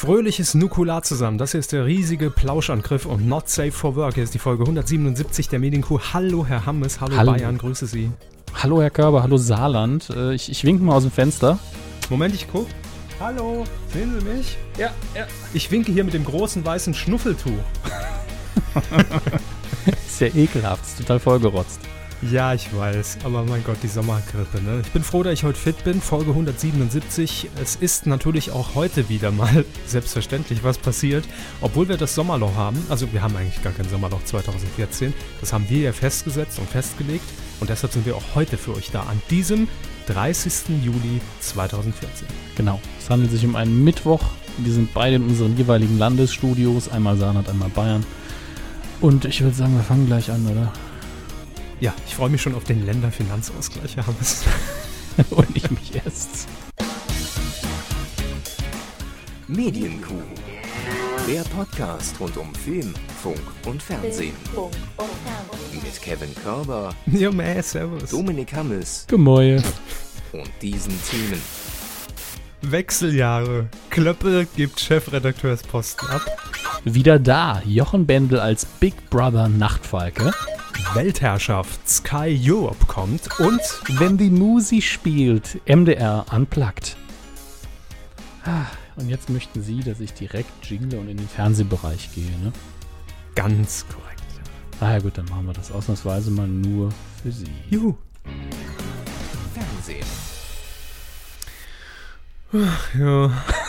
Fröhliches Nukular zusammen. Das hier ist der riesige Plauschangriff und Not Safe for Work. Hier ist die Folge 177 der Medienkuh. Hallo Herr Hammes, hallo Bayern, grüße Sie. Hallo Herr Körber, hallo Saarland. Ich winke mal aus dem Fenster. Moment, ich gucke. Hallo, sehen Sie mich? Ja. Ich winke hier mit dem großen weißen Schnuffeltuch. Ist ja ekelhaft, ist total vollgerotzt. Ja, ich weiß, aber mein Gott, die Sommergrippe, ne? Ich bin froh, dass ich heute fit bin, Folge 177. Es ist natürlich auch heute wieder mal selbstverständlich was passiert, obwohl wir das Sommerloch haben. Also wir haben eigentlich gar kein Sommerloch 2014. Das haben wir ja festgesetzt und festgelegt und deshalb sind wir auch heute für euch da, an diesem 30. Juli 2014. Genau, es handelt sich um einen Mittwoch. Wir sind beide in unseren jeweiligen Landesstudios, einmal Saarland, einmal Bayern. Und ich würde sagen, wir fangen gleich an, oder? Ja, ich freue mich schon auf den Länderfinanzausgleich, Herr Hammes. Und ich mich erst. Medienkuh. Der Podcast rund um Film, Funk und Fernsehen. Mit Kevin Körber, Ja, servus. Dominik Hammes Gemäue. und diesen Themen. Wechseljahre. Klöppel gibt Chefredakteursposten ab. Wieder da, Jochen Bendel als Big Brother Nachtfalke. Weltherrschaft Sky Europe kommt und Wenn die Musi spielt, MDR unplugged. Und jetzt möchten Sie, dass ich direkt jingle und in den Fernsehbereich gehe, ne? ganz korrekt. Ja gut, dann machen wir das ausnahmsweise mal nur für Sie. Juhu. Fernsehen. Ja.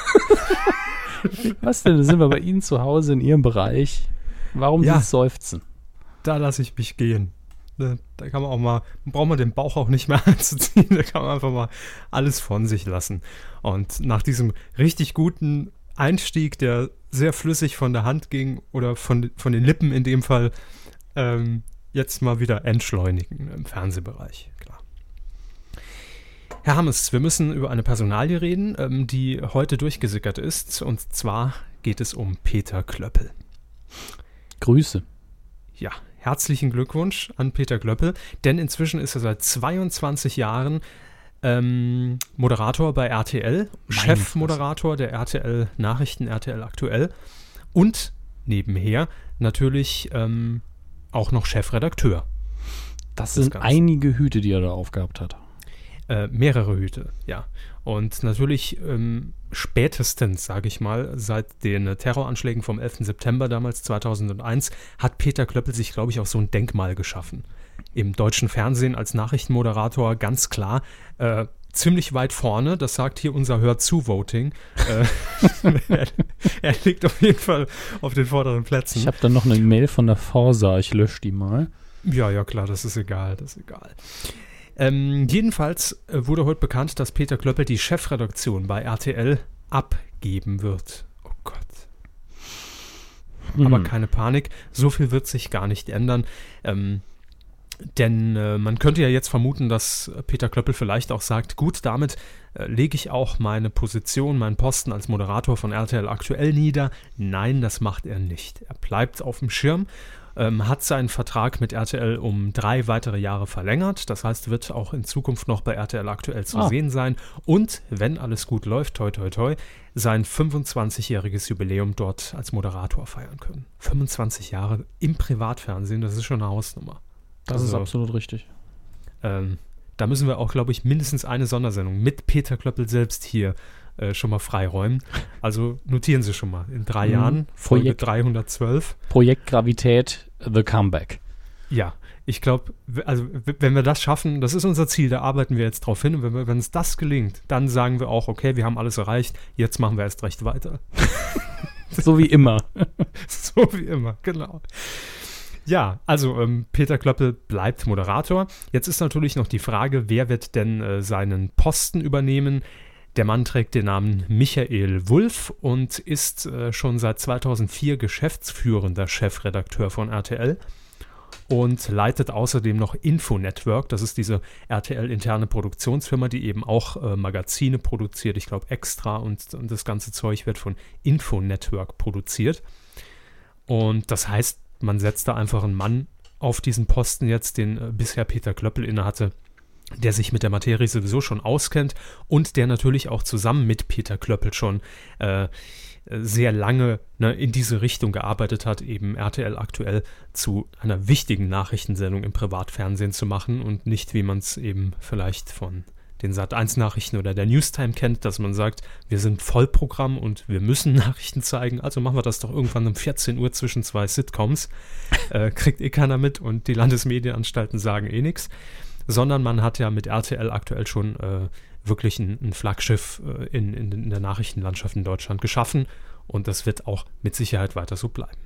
Was denn? Da sind wir bei Ihnen zu Hause in Ihrem Bereich. Warum Ja. dieses Seufzen? Da lasse ich mich gehen. Da kann man auch mal, braucht man den Bauch auch nicht mehr anzuziehen, da kann man einfach mal alles von sich lassen. Und nach diesem richtig guten Einstieg, der sehr flüssig von der Hand ging oder von den Lippen in dem Fall, jetzt mal wieder entschleunigen im Fernsehbereich, klar. Herr Hammes, wir müssen über eine Personalie reden, die heute durchgesickert ist, und zwar geht es um Peter Klöppel. Grüße. Ja, herzlichen Glückwunsch an Peter Klöppel, denn inzwischen ist er seit 22 Jahren Moderator bei RTL, Chefmoderator der RTL Nachrichten, RTL Aktuell und nebenher natürlich auch noch Chefredakteur. Das Das sind Ganze. einige Hüte, die er da aufgehabt hat. Mehrere Hüte, ja. Und natürlich spätestens, sage ich mal, seit den Terroranschlägen vom 11. September damals 2001 hat Peter Klöppel sich, glaube ich, auch so ein Denkmal geschaffen. Im deutschen Fernsehen als Nachrichtenmoderator ganz klar ziemlich weit vorne. Das sagt hier unser Hör-zu-Voting. Er liegt auf jeden Fall auf den vorderen Plätzen. Ich habe dann noch eine Mail von der Forsa, ich lösche die mal. Ja, klar, das ist egal, jedenfalls wurde heute bekannt, dass Peter Klöppel die Chefredaktion bei RTL abgeben wird. Oh Gott. Aber keine Panik, so viel wird sich gar nicht ändern. Denn man könnte ja jetzt vermuten, dass Peter Klöppel vielleicht auch sagt, gut, damit lege ich auch meine Position, meinen Posten als Moderator von RTL Aktuell nieder. Nein, das macht er nicht. Er bleibt auf dem Schirm. Hat seinen Vertrag mit RTL um 3 weitere Jahre verlängert. Das heißt, wird auch in Zukunft noch bei RTL Aktuell zu sehen sein. Und, wenn alles gut läuft, toi toi toi, sein 25-jähriges Jubiläum dort als Moderator feiern können. 25 Jahre im Privatfernsehen, das ist schon eine Hausnummer. Das ist absolut richtig. Da müssen wir auch, glaube ich, mindestens eine Sondersendung mit Peter Klöppel selbst hier schon mal freiräumen. Also notieren Sie schon mal, in 3 Jahren, Folge 312. Projekt Gravität, The Comeback. Ja, ich glaube, also wenn wir das schaffen, das ist unser Ziel, da arbeiten wir jetzt drauf hin. Und wenn uns das gelingt, dann sagen wir auch, okay, wir haben alles erreicht, jetzt machen wir erst recht weiter. So wie immer. So wie immer, genau. Ja, also Peter Klöppel bleibt Moderator. Jetzt ist natürlich noch die Frage, wer wird denn seinen Posten übernehmen? Der Mann trägt den Namen Michael Wulff und ist schon seit 2004 geschäftsführender Chefredakteur von RTL und leitet außerdem noch Info Network. Das ist diese RTL-interne Produktionsfirma, die eben auch Magazine produziert. Ich glaube, Extra und das ganze Zeug wird von Info Network produziert. Und das heißt, man setzt da einfach einen Mann auf diesen Posten jetzt, den bisher Peter Klöppel innehatte. der sich mit der Materie sowieso schon auskennt und der natürlich auch zusammen mit Peter Klöppel schon sehr lange in diese Richtung gearbeitet hat, eben RTL aktuell zu einer wichtigen Nachrichtensendung im Privatfernsehen zu machen und nicht, wie man es eben vielleicht von den Sat.1-Nachrichten oder der Newstime kennt, dass man sagt, wir sind Vollprogramm und wir müssen Nachrichten zeigen, also machen wir das doch irgendwann um 14 Uhr zwischen 2 Sitcoms, kriegt keiner mit und die Landesmedienanstalten sagen nichts, sondern man hat ja mit RTL aktuell schon wirklich ein Flaggschiff in der Nachrichtenlandschaft in Deutschland geschaffen und das wird auch mit Sicherheit weiter so bleiben.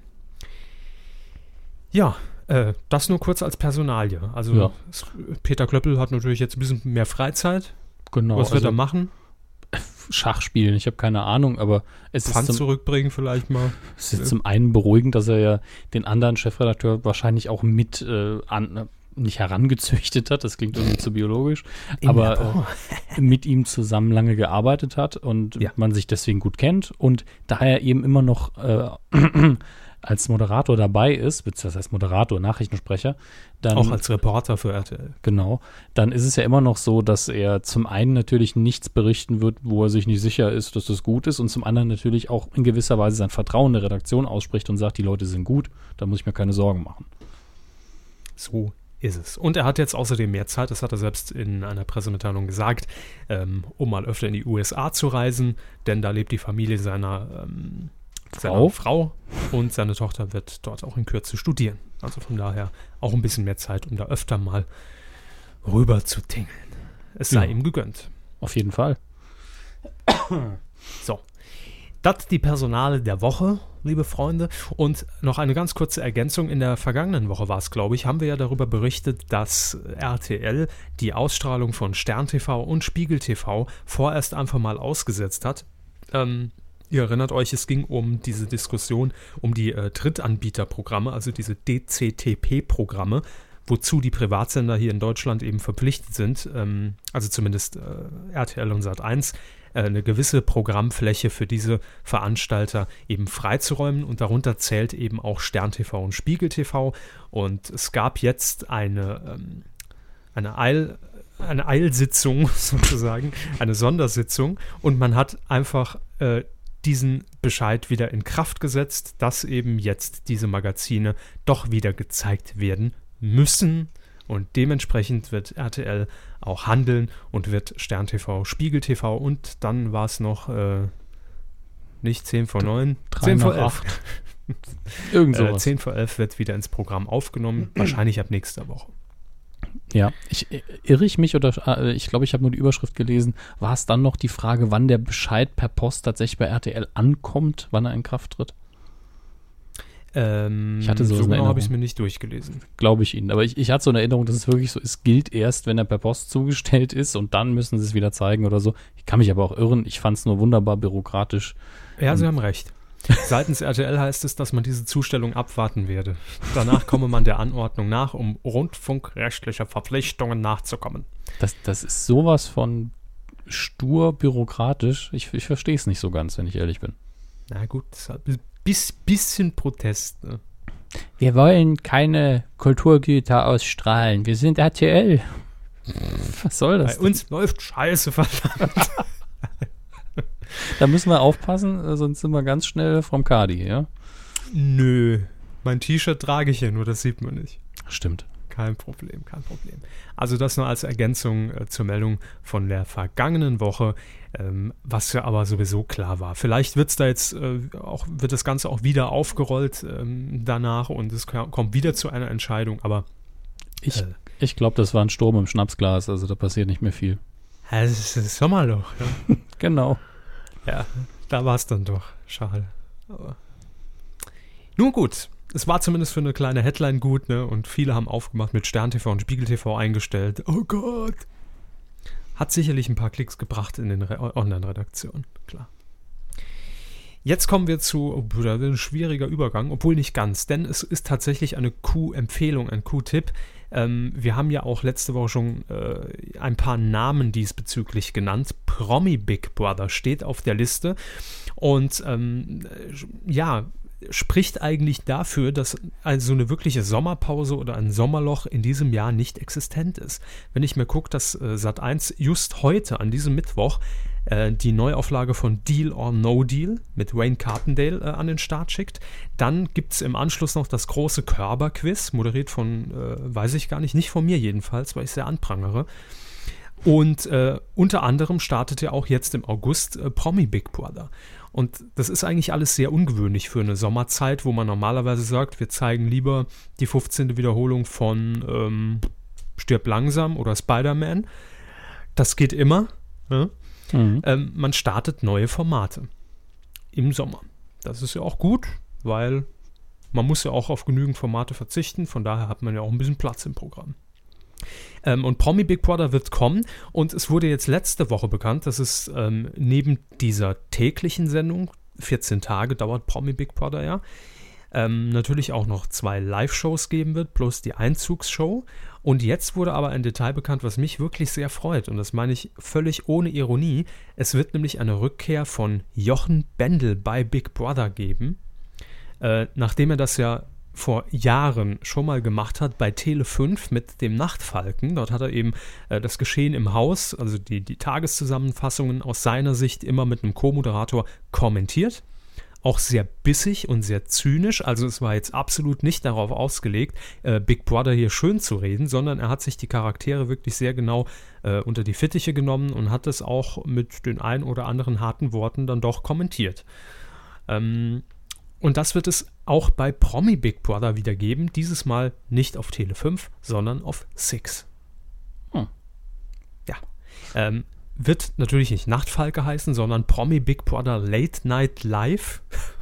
Ja, das nur kurz als Personalie. Also Peter Klöppel hat natürlich jetzt ein bisschen mehr Freizeit. Genau. Was wird er machen? Schach spielen, ich habe keine Ahnung, aber es Pfand zurückbringen vielleicht mal. Es ist zum einen beruhigend, dass er ja den anderen Chefredakteur wahrscheinlich auch mit nicht herangezüchtet hat, das klingt irgendwie zu biologisch, aber mit ihm zusammen lange gearbeitet hat und man sich deswegen gut kennt und da er eben immer noch als Moderator dabei ist, beziehungsweise als Moderator, Nachrichtensprecher, dann auch als Reporter für RTL. Genau, dann ist es ja immer noch so, dass er zum einen natürlich nichts berichten wird, wo er sich nicht sicher ist, dass das gut ist und zum anderen natürlich auch in gewisser Weise sein Vertrauen der Redaktion ausspricht und sagt, die Leute sind gut, da muss ich mir keine Sorgen machen. So ist es. Und er hat jetzt außerdem mehr Zeit, das hat er selbst in einer Pressemitteilung gesagt, um mal öfter in die USA zu reisen, denn da lebt die Familie seiner Frau und seine Tochter wird dort auch in Kürze studieren. Also von daher auch ein bisschen mehr Zeit, um da öfter mal rüber zu tingeln. Es sei ihm gegönnt. Auf jeden Fall. So. Das die Personale der Woche, liebe Freunde. Und noch eine ganz kurze Ergänzung. In der vergangenen Woche war es, glaube ich, haben wir ja darüber berichtet, dass RTL die Ausstrahlung von Stern TV und Spiegel TV vorerst einfach mal ausgesetzt hat. Ihr erinnert euch, es ging um diese Diskussion um die Drittanbieterprogramme, also diese DCTP-Programme, wozu die Privatsender hier in Deutschland eben verpflichtet sind, also zumindest RTL und Sat.1, eine gewisse Programmfläche für diese Veranstalter eben freizuräumen und darunter zählt eben auch Stern TV und Spiegel TV und es gab jetzt eine Eilsitzung sozusagen, eine Sondersitzung und man hat einfach diesen Bescheid wieder in Kraft gesetzt, dass eben jetzt diese Magazine doch wieder gezeigt werden müssen und dementsprechend wird RTL auch handeln und wird Stern TV, Spiegel TV und dann war es noch nicht 10 vor 9, 10 vor 11. Irgend sowas. 10 vor 11 wird wieder ins Programm aufgenommen, wahrscheinlich ab nächster Woche. Ja, irre ich mich oder ich glaube, ich habe nur die Überschrift gelesen. War es dann noch die Frage, wann der Bescheid per Post tatsächlich bei RTL ankommt, wann er in Kraft tritt? Ich hatte so genau habe ich es mir nicht durchgelesen. Glaube ich Ihnen. Aber ich hatte so eine Erinnerung, dass es wirklich so ist, gilt erst, wenn er per Post zugestellt ist und dann müssen Sie es wieder zeigen oder so. Ich kann mich aber auch irren. Ich fand es nur wunderbar bürokratisch. Ja, Sie haben recht. Seitens RTL heißt es, dass man diese Zustellung abwarten werde. Danach komme man der Anordnung nach, um rundfunkrechtliche Verpflichtungen nachzukommen. Das ist sowas von stur bürokratisch. Ich verstehe es nicht so ganz, wenn ich ehrlich bin. Na gut, bisschen Protest. Ne? Wir wollen keine Kulturgüter ausstrahlen. Wir sind RTL. Was soll das? Bei uns läuft Scheiße, verdammt. Da müssen wir aufpassen, sonst sind wir ganz schnell vom Kadi, ja? Nö, mein T-Shirt trage ich ja nur, das sieht man nicht. Stimmt. Kein Problem. Also das nur als Ergänzung zur Meldung von der vergangenen Woche, was ja aber sowieso klar war. Vielleicht wird es da jetzt wird das Ganze auch wieder aufgerollt danach und es kommt wieder zu einer Entscheidung, aber ich glaube, das war ein Sturm im Schnapsglas, also da passiert nicht mehr viel. Es ist Sommerloch, ja. Genau. Ja, da war es dann doch. Schade. Aber nun gut. Es war zumindest für eine kleine Headline gut, ne? Und viele haben aufgemacht mit Stern TV und Spiegel TV eingestellt. Oh Gott. Hat sicherlich ein paar Klicks gebracht in den Online-Redaktionen, klar. Jetzt kommen wir zu ein schwieriger Übergang, obwohl nicht ganz, denn es ist tatsächlich eine Q-Empfehlung, ein Q-Tipp. Wir haben ja auch letzte Woche schon ein paar Namen diesbezüglich genannt. Promi Big Brother steht auf der Liste und spricht eigentlich dafür, dass also eine wirkliche Sommerpause oder ein Sommerloch in diesem Jahr nicht existent ist. Wenn ich mir gucke, dass Sat.1 just heute, an diesem Mittwoch, die Neuauflage von Deal or No Deal mit Wayne Carpendale an den Start schickt, dann gibt es im Anschluss noch das große Körber-Quiz, moderiert von, weiß ich gar nicht von mir jedenfalls, weil ich es sehr anprangere. Und unter anderem startet ja auch jetzt im August Promi Big Brother. Und das ist eigentlich alles sehr ungewöhnlich für eine Sommerzeit, wo man normalerweise sagt, wir zeigen lieber die 15. Wiederholung von Stirb langsam oder Spider-Man. Das geht immer. Ne? Mhm. Man startet neue Formate im Sommer. Das ist ja auch gut, weil man muss ja auch auf genügend Formate verzichten. Von daher hat man ja auch ein bisschen Platz im Programm. Und Promi Big Brother wird kommen und es wurde jetzt letzte Woche bekannt, dass es neben dieser täglichen Sendung, 14 Tage dauert Promi Big Brother ja, natürlich auch noch 2 Live-Shows geben wird, plus die Einzugsshow. Und jetzt wurde aber ein Detail bekannt, was mich wirklich sehr freut und das meine ich völlig ohne Ironie. Es wird nämlich eine Rückkehr von Jochen Bendel bei Big Brother geben, nachdem er das ja vor Jahren schon mal gemacht hat bei Tele5 mit dem Nachtfalken. Dort hat er eben das Geschehen im Haus, also die Tageszusammenfassungen aus seiner Sicht immer mit einem Co-Moderator kommentiert. Auch sehr bissig und sehr zynisch. Also es war jetzt absolut nicht darauf ausgelegt, Big Brother hier schön zu reden, sondern er hat sich die Charaktere wirklich sehr genau unter die Fittiche genommen und hat es auch mit den ein oder anderen harten Worten dann doch kommentiert. Und das wird es auch bei Promi Big Brother wieder geben. Dieses Mal nicht auf Tele5, sondern auf Six. Ja. Wird natürlich nicht Nachtfalke heißen, sondern Promi Big Brother Late Night Live.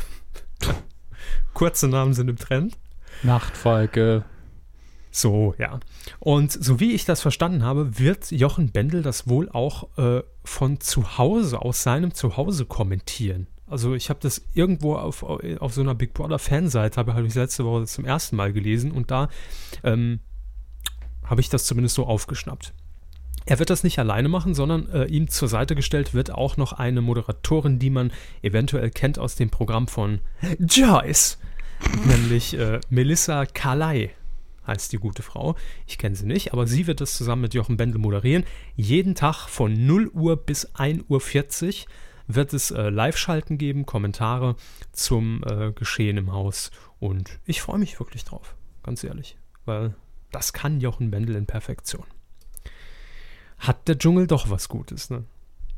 Kurze Namen sind im Trend. Nachtfalke. So, ja. Und so wie ich das verstanden habe, wird Jochen Bendel das wohl auch von zu Hause, aus seinem Zuhause kommentieren. Also ich habe das irgendwo auf so einer Big Brother Fanseite, habe ich letzte Woche zum ersten Mal gelesen und da habe ich das zumindest so aufgeschnappt. Er wird das nicht alleine machen, sondern ihm zur Seite gestellt wird auch noch eine Moderatorin, die man eventuell kennt aus dem Programm von Joyce, nämlich Melissa Carley heißt die gute Frau. Ich kenne sie nicht, aber sie wird das zusammen mit Jochen Bendel moderieren. Jeden Tag von 0 Uhr bis 1:40 Uhr wird es Live-Schalten geben, Kommentare zum Geschehen im Haus. Und ich freue mich wirklich drauf, ganz ehrlich, weil das kann Jochen Bendel in Perfektion. Hat der Dschungel doch was Gutes, ne?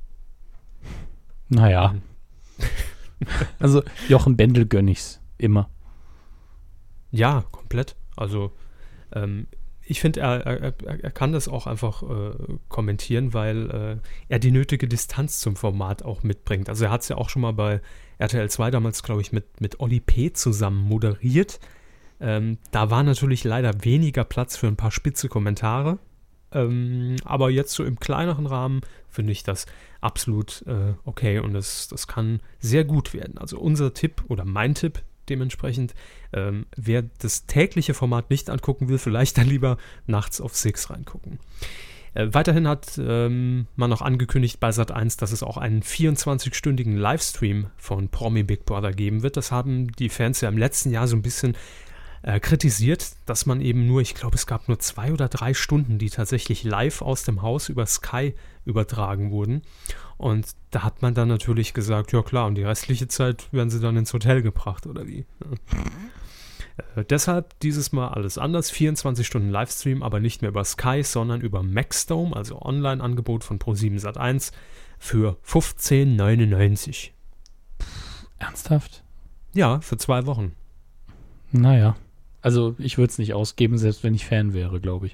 Naja. Also Jochen Bendel gönn ich's immer. Ja, komplett. Also ich finde, er kann das auch einfach kommentieren, weil er die nötige Distanz zum Format auch mitbringt. Also er hat es ja auch schon mal bei RTL 2 damals, glaube ich, mit Olli P. zusammen moderiert. Da war natürlich leider weniger Platz für ein paar spitze Kommentare. Aber jetzt so im kleineren Rahmen finde ich das absolut okay und das kann sehr gut werden. Also unser Tipp oder mein Tipp dementsprechend, wer das tägliche Format nicht angucken will, vielleicht dann lieber nachts auf Six reingucken. Weiterhin hat man noch angekündigt bei Sat.1, dass es auch einen 24-stündigen Livestream von Promi Big Brother geben wird. Das haben die Fans ja im letzten Jahr so ein bisschen kritisiert, dass man eben nur, ich glaube, es gab nur 2 oder 3 Stunden, die tatsächlich live aus dem Haus über Sky übertragen wurden. Und da hat man dann natürlich gesagt, ja klar, und die restliche Zeit werden sie dann ins Hotel gebracht, oder wie? Ja. Deshalb dieses Mal alles anders, 24 Stunden Livestream, aber nicht mehr über Sky, sondern über Maxdome, also Online-Angebot von Pro7 Sat.1 für 15,99. Ernsthaft? Ja, für 2 Wochen. Naja. Also ich würde es nicht ausgeben, selbst wenn ich Fan wäre, glaube ich.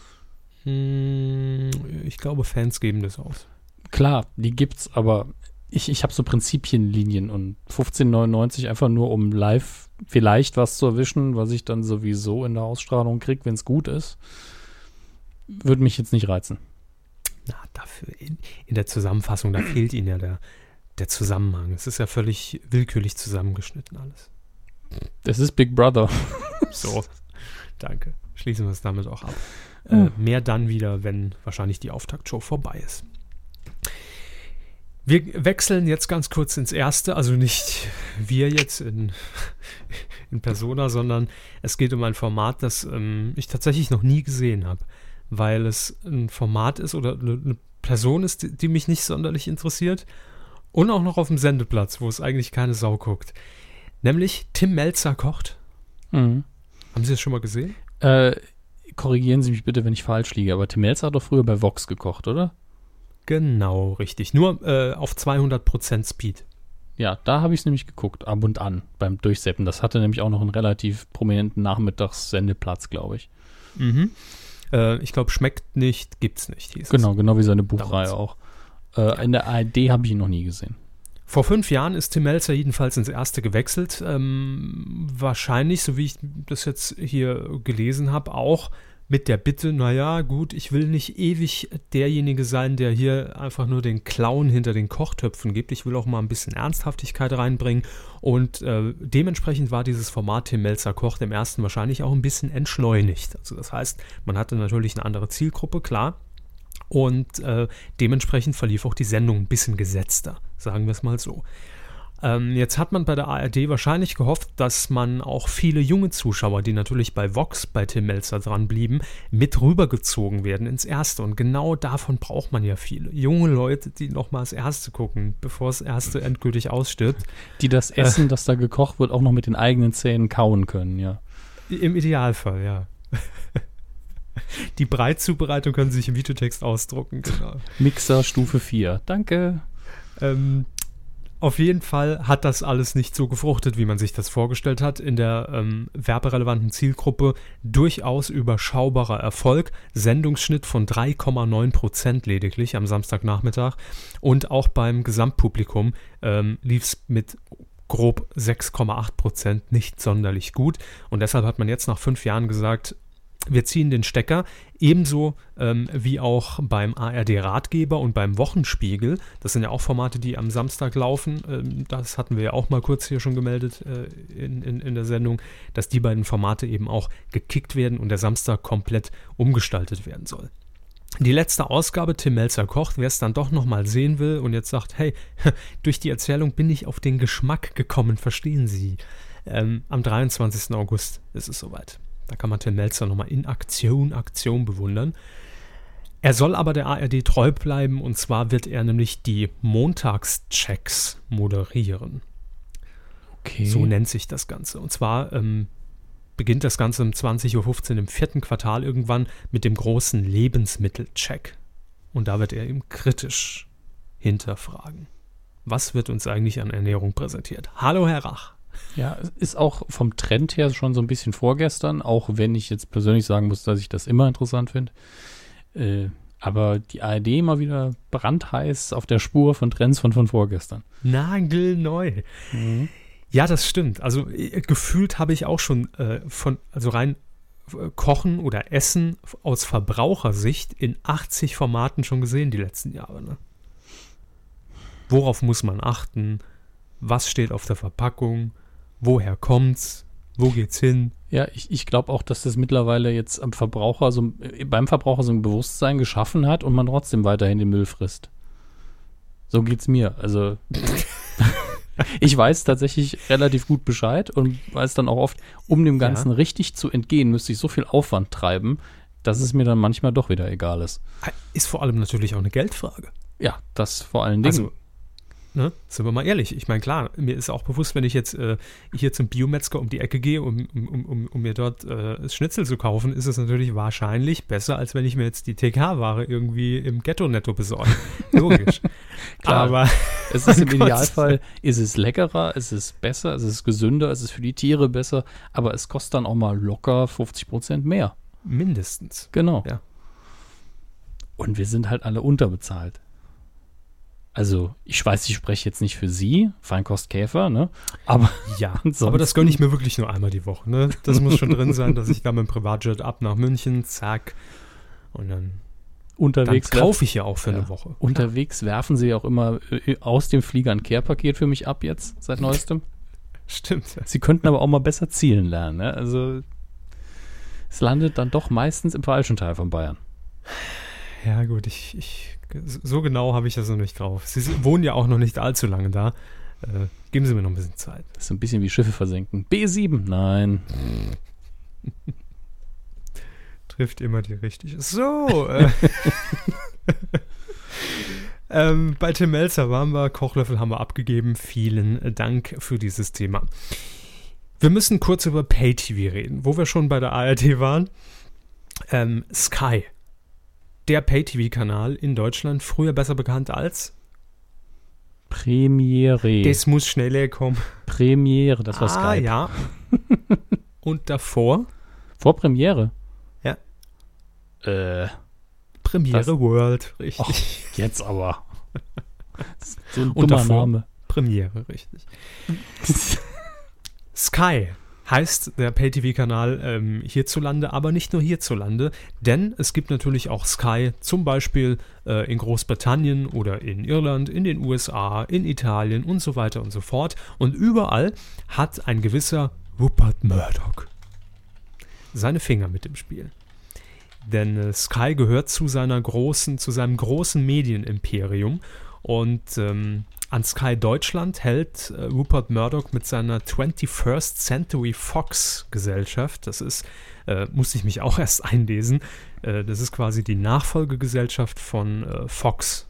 Ich glaube, Fans geben das aus. Klar, die gibt's, aber ich habe so Prinzipienlinien und 15,99 einfach nur, um live vielleicht was zu erwischen, was ich dann sowieso in der Ausstrahlung kriege, wenn es gut ist, würde mich jetzt nicht reizen. Na, dafür in der Zusammenfassung, da fehlt Ihnen ja der Zusammenhang. Es ist ja völlig willkürlich zusammengeschnitten alles. Das ist Big Brother. So, danke. Schließen wir es damit auch ab. Mehr dann wieder, wenn wahrscheinlich die Auftaktshow vorbei ist. Wir wechseln jetzt ganz kurz ins Erste, also nicht wir jetzt in Persona, sondern es geht um ein Format, das ich tatsächlich noch nie gesehen habe, weil es ein Format ist oder eine Person ist, die mich nicht sonderlich interessiert und auch noch auf dem Sendeplatz, wo es eigentlich keine Sau guckt. Nämlich Tim Melzer kocht. Mhm. Haben Sie das schon mal gesehen? Korrigieren Sie mich bitte, wenn ich falsch liege, aber Tim Melzer hat doch früher bei Vox gekocht, oder? Genau, richtig. Nur auf 200% Speed. Ja, da habe ich es nämlich geguckt, ab und an beim Durchseppen. Das hatte nämlich auch noch einen relativ prominenten Nachmittagssendeplatz, glaube ich. Mhm. Ich glaube, schmeckt nicht, gibt's nicht. Hieß genau wie seine Buchreihe auch. In der ARD habe ich ihn noch nie gesehen. Vor 5 Jahren ist Tim Melzer jedenfalls ins Erste gewechselt. Wahrscheinlich, so wie ich das jetzt hier gelesen habe, auch mit der Bitte, naja, gut, ich will nicht ewig derjenige sein, der hier einfach nur den Clown hinter den Kochtöpfen gibt. Ich will auch mal ein bisschen Ernsthaftigkeit reinbringen. Und dementsprechend war dieses Format Tim Melzer kocht im Ersten wahrscheinlich auch ein bisschen entschleunigt. Also das heißt, man hatte natürlich eine andere Zielgruppe, klar. Und dementsprechend verlief auch die Sendung ein bisschen gesetzter, sagen wir es mal so. Jetzt hat man bei der ARD wahrscheinlich gehofft, dass man auch viele junge Zuschauer, die natürlich bei Vox, bei Tim Melzer dran blieben, mit rübergezogen werden ins Erste. Und genau davon braucht man ja viele. Junge Leute, die nochmal das Erste gucken, bevor das Erste endgültig ausstirbt. Die das Essen, das da gekocht wird, auch noch mit den eigenen Zähnen kauen können, ja. Im Idealfall, ja. Die Breitzubereitung können Sie sich im Videotext ausdrucken, genau. Mixer Stufe 4, danke. Auf jeden Fall hat das alles nicht so gefruchtet, wie man sich das vorgestellt hat. In der werberelevanten Zielgruppe durchaus überschaubarer Erfolg. Sendungsschnitt von 3,9% lediglich am Samstagnachmittag. Und auch beim Gesamtpublikum lief es mit grob 6,8% nicht sonderlich gut. Und deshalb hat man jetzt nach 5 Jahren gesagt, wir ziehen den Stecker, ebenso wie auch beim ARD-Ratgeber und beim Wochenspiegel. Das sind ja auch Formate, die am Samstag laufen. Das hatten wir ja auch mal kurz hier schon gemeldet in der Sendung, dass die beiden Formate eben auch gekickt werden und der Samstag komplett umgestaltet werden soll. Die letzte Ausgabe, Tim Melzer kocht, wer es dann doch nochmal sehen will und jetzt sagt, hey, durch die Erzählung bin ich auf den Geschmack gekommen, verstehen Sie. Am 23. August ist es soweit. Da kann man Tim Melzer nochmal in Aktion bewundern. Er soll aber der ARD treu bleiben und zwar wird er nämlich die Montagschecks moderieren. Okay. So nennt sich das Ganze. Und zwar beginnt das Ganze um 20.15 Uhr im 4. Quartal irgendwann mit dem großen Lebensmittelcheck. Und da wird er ihm kritisch hinterfragen. Was wird uns eigentlich an Ernährung präsentiert? Hallo, Herr Rach. Ja, es ist auch vom Trend her schon so ein bisschen vorgestern, auch wenn ich jetzt persönlich sagen muss, dass ich das immer interessant finde. Aber die ARD immer wieder brandheiß auf der Spur von Trends von vorgestern. Nagelneu. Mhm. Ja, das stimmt. Also gefühlt habe ich auch schon rein Kochen oder Essen aus Verbrauchersicht in 80 Formaten schon gesehen die letzten Jahre. Ne? Worauf muss man achten? Was steht auf der Verpackung? Woher kommt's? Wo geht's hin? Ja, ich glaube auch, dass das mittlerweile jetzt beim Verbraucher so ein Bewusstsein geschaffen hat und man trotzdem weiterhin den Müll frisst. So geht's mir. Also ich weiß tatsächlich relativ gut Bescheid und weiß dann auch oft, um dem Ganzen richtig zu entgehen, müsste ich so viel Aufwand treiben, dass es mir dann manchmal doch wieder egal ist. Ist vor allem natürlich auch eine Geldfrage. Ja, das vor allen Dingen. Also, ne, sind wir mal ehrlich. Ich meine, klar, mir ist auch bewusst, wenn ich jetzt hier zum Biometzger um die Ecke gehe, um mir dort das Schnitzel zu kaufen, ist es natürlich wahrscheinlich besser, als wenn ich mir jetzt die TK-Ware irgendwie im Ghetto-Netto besorge. Logisch. Klar, aber es ist im Idealfall, ist es leckerer, es ist besser, es ist gesünder, es ist für die Tiere besser, aber es kostet dann auch mal locker 50% mehr. Mindestens. Genau. Ja. Und wir sind halt alle unterbezahlt. Also, ich weiß, ich spreche jetzt nicht für Sie, Feinkostkäfer, ne? Aber ja, aber das gönne ich mir wirklich nur einmal die Woche, ne? Das muss schon drin sein, dass ich da mit dem Privatjet ab nach München, zack, und dann kaufe ich ja auch für eine Woche. Unterwegs werfen Sie auch immer aus dem Flieger ein Care-Paket für mich ab jetzt, seit neuestem. Stimmt. Sie könnten aber auch mal besser zielen lernen, ne? Also, es landet dann doch meistens im falschen Teil von Bayern. Ja gut, ich So genau habe ich das noch nicht drauf. Sie wohnen ja auch noch nicht allzu lange da. Geben Sie mir noch ein bisschen Zeit. Das ist so ein bisschen wie Schiffe versenken. B7, nein. Trifft immer die richtige. So. Bei Tim Melzer waren wir, Kochlöffel haben wir abgegeben. Vielen Dank für dieses Thema. Wir müssen kurz über Pay-TV reden, wo wir schon bei der ARD waren. Sky, der Pay-TV-Kanal in Deutschland, früher besser bekannt als Premiere. Das muss schneller kommen. Premiere, das war Sky. Ah, ja. Und davor? Vor Premiere? Ja. Premiere World, richtig. Och, jetzt aber. Das ist so ein Und dummer davor Name. Premiere, richtig. Sky heißt der Pay-TV-Kanal hierzulande, aber nicht nur hierzulande, denn es gibt natürlich auch Sky zum Beispiel in Großbritannien oder in Irland, in den USA, in Italien und so weiter und so fort. Und überall hat ein gewisser Rupert Murdoch seine Finger mit im Spiel. Denn Sky gehört zu seinem großen Medienimperium und an Sky Deutschland hält Rupert Murdoch mit seiner 21st Century Fox Gesellschaft, das ist, musste ich mich auch erst einlesen, das ist quasi die Nachfolgegesellschaft von Fox.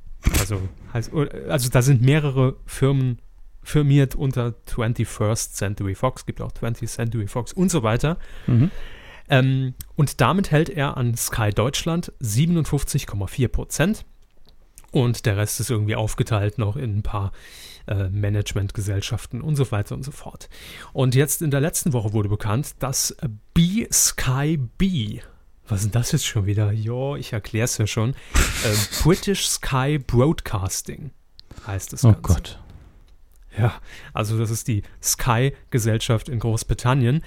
Also da sind mehrere Firmen firmiert unter 21st Century Fox, gibt auch 20th Century Fox und so weiter. Mhm. Und damit hält er an Sky Deutschland 57,4%. Und der Rest ist irgendwie aufgeteilt noch in ein paar Managementgesellschaften und so weiter und so fort. Und jetzt in der letzten Woche wurde bekannt, dass Sky B, was ist denn das jetzt schon wieder? Jo, ich erkläre es ja schon. British Sky Broadcasting heißt das Ganze. Oh Gott. Ja, also das ist die Sky-Gesellschaft in Großbritannien.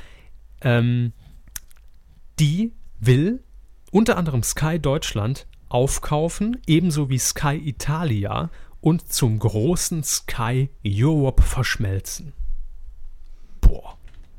Die will unter anderem Sky Deutschland aufkaufen, ebenso wie Sky Italia und zum großen Sky Europe verschmelzen. Boah.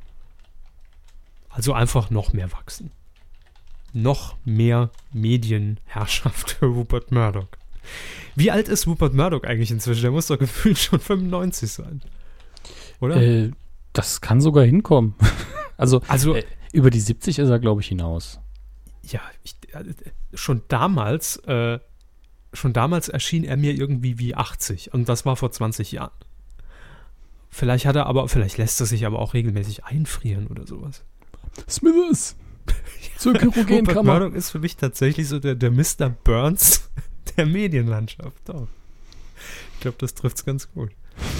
Also einfach noch mehr wachsen. Noch mehr Medienherrschaft für Rupert Murdoch. Wie alt ist Rupert Murdoch eigentlich inzwischen? Der muss doch gefühlt schon 95 sein. Oder? Das kann sogar hinkommen. Also über die 70 ist er, glaube ich, hinaus. Ja, schon damals erschien er mir irgendwie wie 80 und das war vor 20 Jahren. Vielleicht lässt er sich aber auch regelmäßig einfrieren oder sowas. Smithers! Zur Kyrogenkammer. Rupert Murdoch ist für mich tatsächlich so der Mr. Burns der Medienlandschaft. Doch. Ich glaube, das trifft es ganz gut.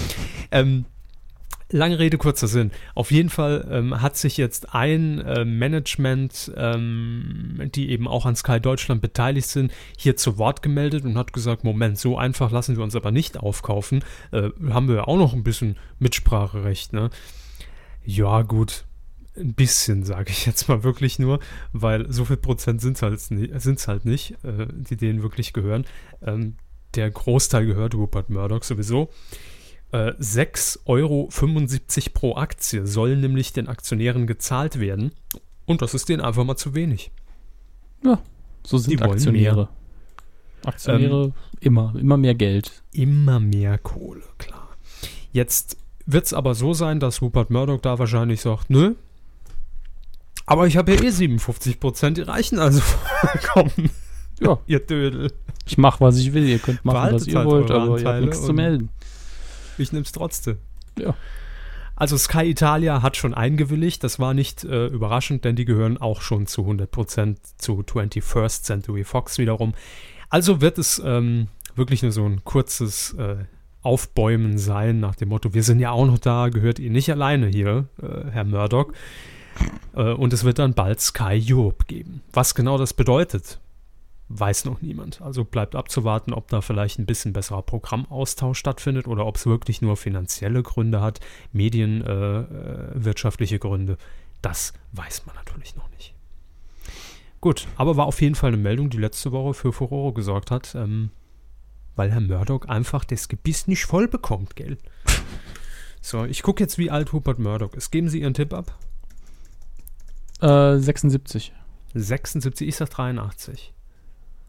Lange Rede, kurzer Sinn. Auf jeden Fall hat sich jetzt ein Management, die eben auch an Sky Deutschland beteiligt sind, hier zu Wort gemeldet und hat gesagt, Moment, so einfach lassen wir uns aber nicht aufkaufen. Haben wir auch noch ein bisschen Mitspracherecht, ne? Ja, gut. Ein bisschen, sage ich jetzt mal wirklich nur, weil so viel Prozent sind es halt nicht, die denen wirklich gehören. Der Großteil gehört Rupert Murdoch sowieso. 6,75 € pro Aktie sollen nämlich den Aktionären gezahlt werden. Und das ist denen einfach mal zu wenig. Ja, so sind die Aktionäre. Aktionäre immer mehr Geld. Immer mehr Kohle, klar. Jetzt wird es aber so sein, dass Rupert Murdoch da wahrscheinlich sagt, nö, aber ich habe ja 57%, die reichen also vollkommen. Ja. Ihr Dödel. Ich mache, was ich will. Ihr könnt machen, Behaltet was ihr halt wollt, eure aber ihr habt Anteile nichts zu melden. Ich nehme es trotzdem. Ja. Also Sky Italia hat schon eingewilligt. Das war nicht überraschend, denn die gehören auch schon zu 100% zu 21st Century Fox wiederum. Also wird es wirklich nur so ein kurzes Aufbäumen sein nach dem Motto, wir sind ja auch noch da, gehört ihr nicht alleine hier, Herr Murdoch. Und es wird dann bald Sky Europe geben. Was genau das bedeutet, weiß noch niemand. Also bleibt abzuwarten, ob da vielleicht ein bisschen besserer Programmaustausch stattfindet oder ob es wirklich nur finanzielle Gründe hat, medienwirtschaftliche Gründe. Das weiß man natürlich noch nicht. Gut, aber war auf jeden Fall eine Meldung, die letzte Woche für Furore gesorgt hat, weil Herr Murdoch einfach das Gebiss nicht voll bekommt, gell? So, ich gucke jetzt, wie alt Rupert Murdoch ist. Geben Sie Ihren Tipp ab. 76. 76, ich sag 83.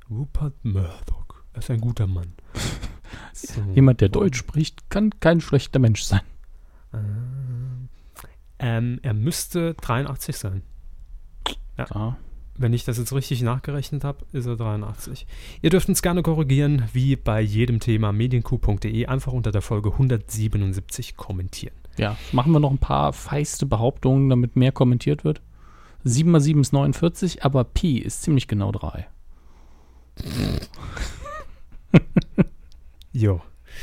Rupert Murdoch. Er ist ein guter Mann. So. Jemand, der Deutsch spricht, kann kein schlechter Mensch sein. Er müsste 83 sein. Ja. Wenn ich das jetzt richtig nachgerechnet habe, ist er 83. Ihr dürft uns gerne korrigieren, wie bei jedem Thema medienkuh.de, einfach unter der Folge 177 kommentieren. Ja, machen wir noch ein paar feiste Behauptungen, damit mehr kommentiert wird. 7 mal 7 ist 49, aber Pi ist ziemlich genau 3. Jo.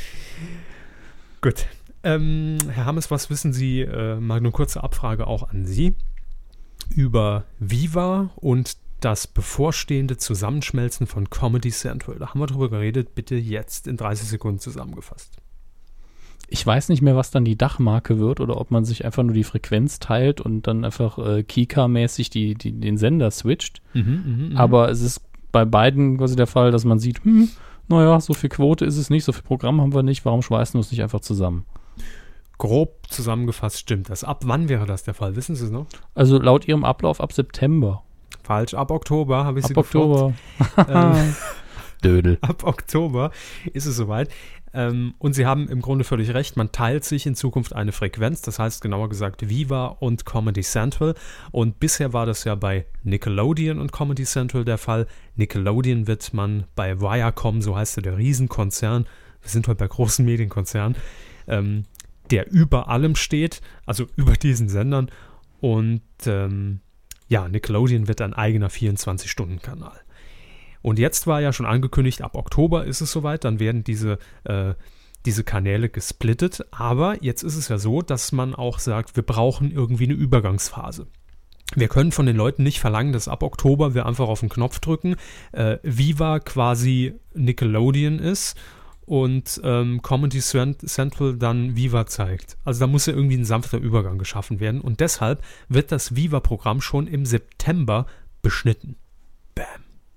Gut. Herr Hammes, was wissen Sie, mal eine kurze Abfrage auch an Sie, über Viva und das bevorstehende Zusammenschmelzen von Comedy Central. Da haben wir drüber geredet, bitte jetzt in 30 Sekunden zusammengefasst. Ich weiß nicht mehr, was dann die Dachmarke wird oder ob man sich einfach nur die Frequenz teilt und dann einfach Kika-mäßig den Sender switcht. Aber es ist bei beiden quasi der Fall, dass man sieht, naja, so viel Quote ist es nicht, so viel Programm haben wir nicht, warum schweißen wir es nicht einfach zusammen? Grob zusammengefasst stimmt das. Ab wann wäre das der Fall? Wissen Sie es noch? Also laut Ihrem Ablauf ab September. Falsch, ab Oktober habe ich Sie gefragt. Ab Oktober. Dödel. Ab Oktober ist es soweit. Und Sie haben im Grunde völlig recht, man teilt sich in Zukunft eine Frequenz, das heißt genauer gesagt Viva und Comedy Central. Und bisher war das ja bei Nickelodeon und Comedy Central der Fall. Nickelodeon wird man bei Viacom, so heißt der Riesenkonzern, wir sind heute bei großen Medienkonzernen, der über allem steht, also über diesen Sendern. Und Nickelodeon wird ein eigener 24-Stunden-Kanal. Und jetzt war ja schon angekündigt, ab Oktober ist es soweit, dann werden diese Kanäle gesplittet. Aber jetzt ist es ja so, dass man auch sagt, wir brauchen irgendwie eine Übergangsphase. Wir können von den Leuten nicht verlangen, dass ab Oktober wir einfach auf den Knopf drücken, Viva quasi Nickelodeon ist und Comedy Central dann Viva zeigt. Also da muss ja irgendwie ein sanfter Übergang geschaffen werden. Und deshalb wird das Viva-Programm schon im September beschnitten. Bam.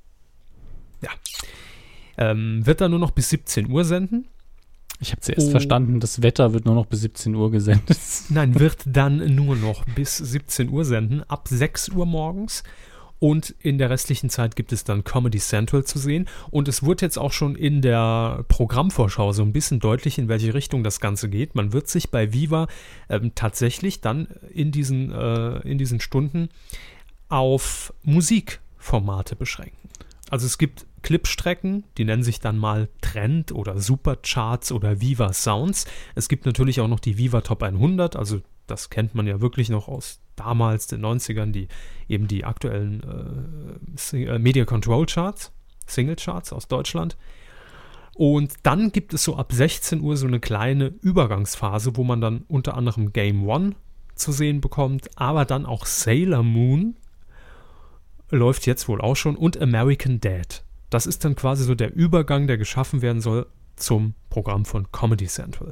Ja. Wird dann nur noch bis 17 Uhr senden. Ich habe zuerst verstanden, das Wetter wird nur noch bis 17 Uhr gesendet. Nein, wird dann nur noch bis 17 Uhr senden, ab 6 Uhr morgens. Und in der restlichen Zeit gibt es dann Comedy Central zu sehen. Und es wurde jetzt auch schon in der Programmvorschau so ein bisschen deutlich, in welche Richtung das Ganze geht. Man wird sich bei Viva tatsächlich dann in diesen Stunden auf Musikformate beschränken. Also es gibt Clipstrecken, die nennen sich dann mal Trend oder Supercharts oder Viva Sounds. Es gibt natürlich auch noch die Viva Top 100, also das kennt man ja wirklich noch aus damals, den 90ern, die aktuellen Media Control Charts, Single Charts aus Deutschland. Und dann gibt es so ab 16 Uhr so eine kleine Übergangsphase, wo man dann unter anderem Game One zu sehen bekommt, aber dann auch Sailor Moon läuft jetzt wohl auch schon und American Dad. Das ist dann quasi so der Übergang, der geschaffen werden soll zum Programm von Comedy Central.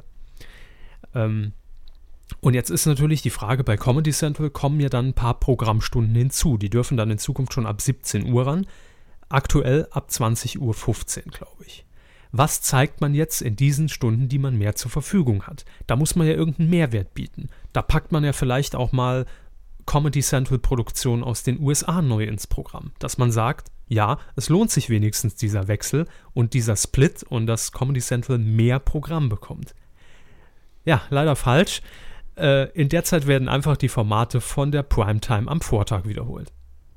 Und jetzt ist natürlich die Frage, bei Comedy Central kommen ja dann ein paar Programmstunden hinzu. Die dürfen dann in Zukunft schon ab 17 Uhr ran. Aktuell ab 20.15 Uhr, glaube ich. Was zeigt man jetzt in diesen Stunden, die man mehr zur Verfügung hat? Da muss man ja irgendeinen Mehrwert bieten. Da packt man ja vielleicht auch mal Comedy Central Produktionen aus den USA neu ins Programm. Dass man sagt, ja, es lohnt sich wenigstens dieser Wechsel und dieser Split und dass Comedy Central mehr Programm bekommt. Ja, leider falsch. In der Zeit werden einfach die Formate von der Primetime am Vortag wiederholt.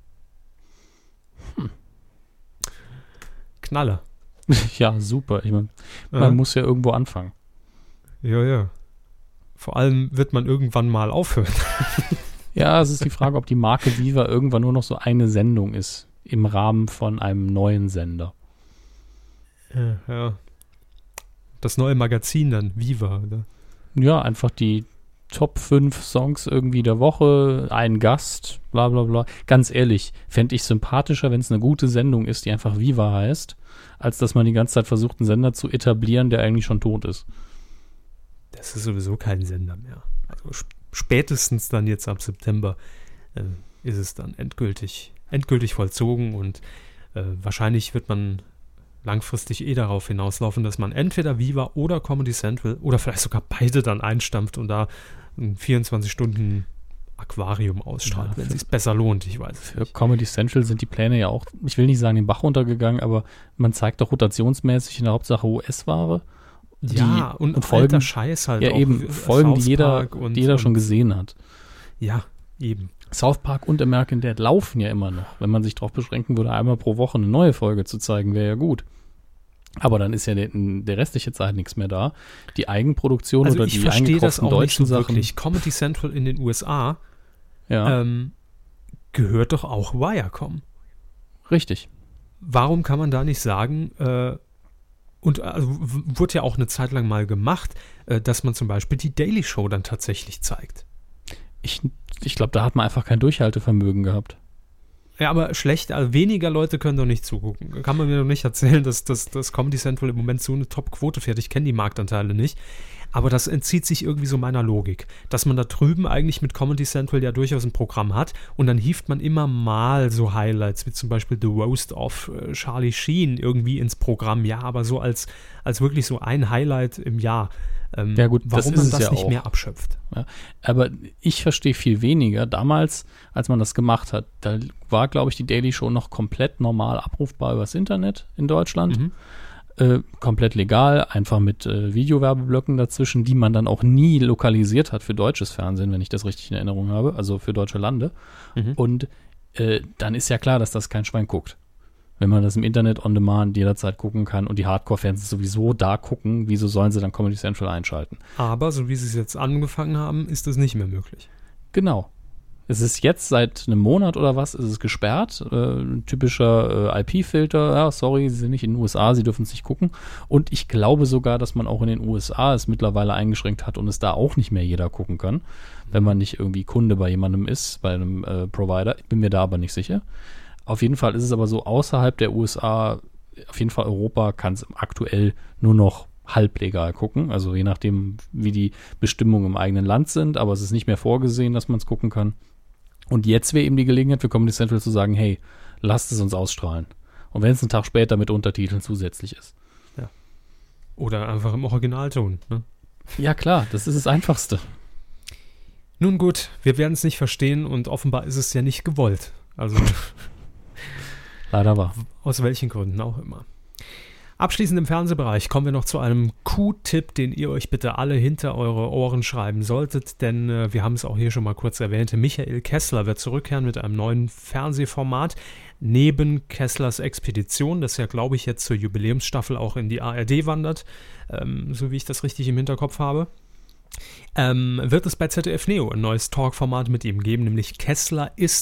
Knaller. Ja, super. Ich meine, man muss ja irgendwo anfangen. Ja. Vor allem wird man irgendwann mal aufhören. Ja, es ist die Frage, ob die Marke Viva irgendwann nur noch so eine Sendung ist im Rahmen von einem neuen Sender. Ja. Das neue Magazin dann, Viva, oder? Ja, einfach die Top 5 Songs irgendwie der Woche, ein Gast, bla bla bla. Ganz ehrlich, fände ich sympathischer, wenn es eine gute Sendung ist, die einfach Viva heißt, als dass man die ganze Zeit versucht, einen Sender zu etablieren, der eigentlich schon tot ist. Das ist sowieso kein Sender mehr. Also spätestens dann jetzt ab September ist es dann endgültig vollzogen und wahrscheinlich wird man langfristig darauf hinauslaufen, dass man entweder Viva oder Comedy Central oder vielleicht sogar beide dann einstampft und da ein 24-Stunden Aquarium ausstrahlt, wenn es sich besser lohnt, ich weiß es nicht. Für Comedy Central sind die Pläne ja auch, ich will nicht sagen den Bach runtergegangen, aber man zeigt doch rotationsmäßig in der Hauptsache US-Ware. Ja, und Folgen, alter Scheiß halt ja, auch. eben, Folgen, die jeder schon gesehen hat. Ja, eben. South Park und American Dad laufen ja immer noch. Wenn man sich darauf beschränken würde, einmal pro Woche eine neue Folge zu zeigen, wäre ja gut. Aber dann ist ja der restliche Zeit nichts mehr da. Die Eigenproduktion also oder die eingekauften deutschen Sachen. Wirklich. Comedy Central in den USA ja. Gehört doch auch Viacom. Richtig. Warum kann man da nicht sagen, und also wurde ja auch eine Zeit lang mal gemacht, dass man zum Beispiel die Daily Show dann tatsächlich zeigt. Ich glaube, da hat man einfach kein Durchhaltevermögen gehabt. Ja, aber schlecht, also weniger Leute können doch nicht zugucken. Kann man mir doch nicht erzählen, dass das Comedy Central im Moment so eine Top-Quote fährt. Ich kenne die Marktanteile nicht. Aber das entzieht sich irgendwie so meiner Logik. Dass man da drüben eigentlich mit Comedy Central ja durchaus ein Programm hat und dann hieft man immer mal so Highlights, wie zum Beispiel The Roast of Charlie Sheen irgendwie ins Programm. Ja, aber so als wirklich so ein Highlight im Jahr. Ja gut, warum das man das ja nicht auch mehr abschöpft. Ja, aber ich verstehe viel weniger. Damals, als man das gemacht hat, da war, glaube ich, die Daily Show noch komplett normal abrufbar übers Internet in Deutschland. Mhm. Komplett legal, einfach mit Videowerbeblöcken dazwischen, die man dann auch nie lokalisiert hat für deutsches Fernsehen, wenn ich das richtig in Erinnerung habe, also für deutsche Lande. Mhm. Und dann ist ja klar, dass das kein Schwein guckt. Wenn man das im Internet on demand jederzeit gucken kann und die Hardcore-Fans sowieso da gucken, wieso sollen sie dann Comedy Central einschalten? Aber so wie sie es jetzt angefangen haben, ist das nicht mehr möglich. Genau. Es ist jetzt seit einem Monat oder was, ist es gesperrt. Typischer IP-Filter, ja, sorry, sie sind nicht in den USA, sie dürfen es nicht gucken. Und ich glaube sogar, dass man auch in den USA es mittlerweile eingeschränkt hat und es da auch nicht mehr jeder gucken kann, wenn man nicht irgendwie Kunde bei jemandem ist, bei einem Provider. Ich bin mir da aber nicht sicher. Auf jeden Fall ist es aber so, außerhalb der USA, auf jeden Fall Europa, kann es aktuell nur noch halblegal gucken. Also je nachdem, wie die Bestimmungen im eigenen Land sind. Aber es ist nicht mehr vorgesehen, dass man es gucken kann. Und jetzt wäre eben die Gelegenheit für Comedy Central zu sagen, hey, lasst es uns ausstrahlen. Und wenn es einen Tag später mit Untertiteln zusätzlich ist. Ja. Oder einfach im Originalton. Ne? Ja klar, das ist das Einfachste. Nun gut, wir werden es nicht verstehen und offenbar ist es ja nicht gewollt. Also leider wahr. Aus welchen Gründen auch immer. Abschließend im Fernsehbereich kommen wir noch zu einem Q-Tipp, den ihr euch bitte alle hinter eure Ohren schreiben solltet, denn wir haben es auch hier schon mal kurz erwähnt, Michael Kessler wird zurückkehren mit einem neuen Fernsehformat, neben Kesslers Expedition, das ja, glaube ich, jetzt zur Jubiläumsstaffel auch in die ARD wandert, so wie ich das richtig im Hinterkopf habe. Wird es bei ZDF Neo ein neues Talkformat mit ihm geben, nämlich Kessler ist ...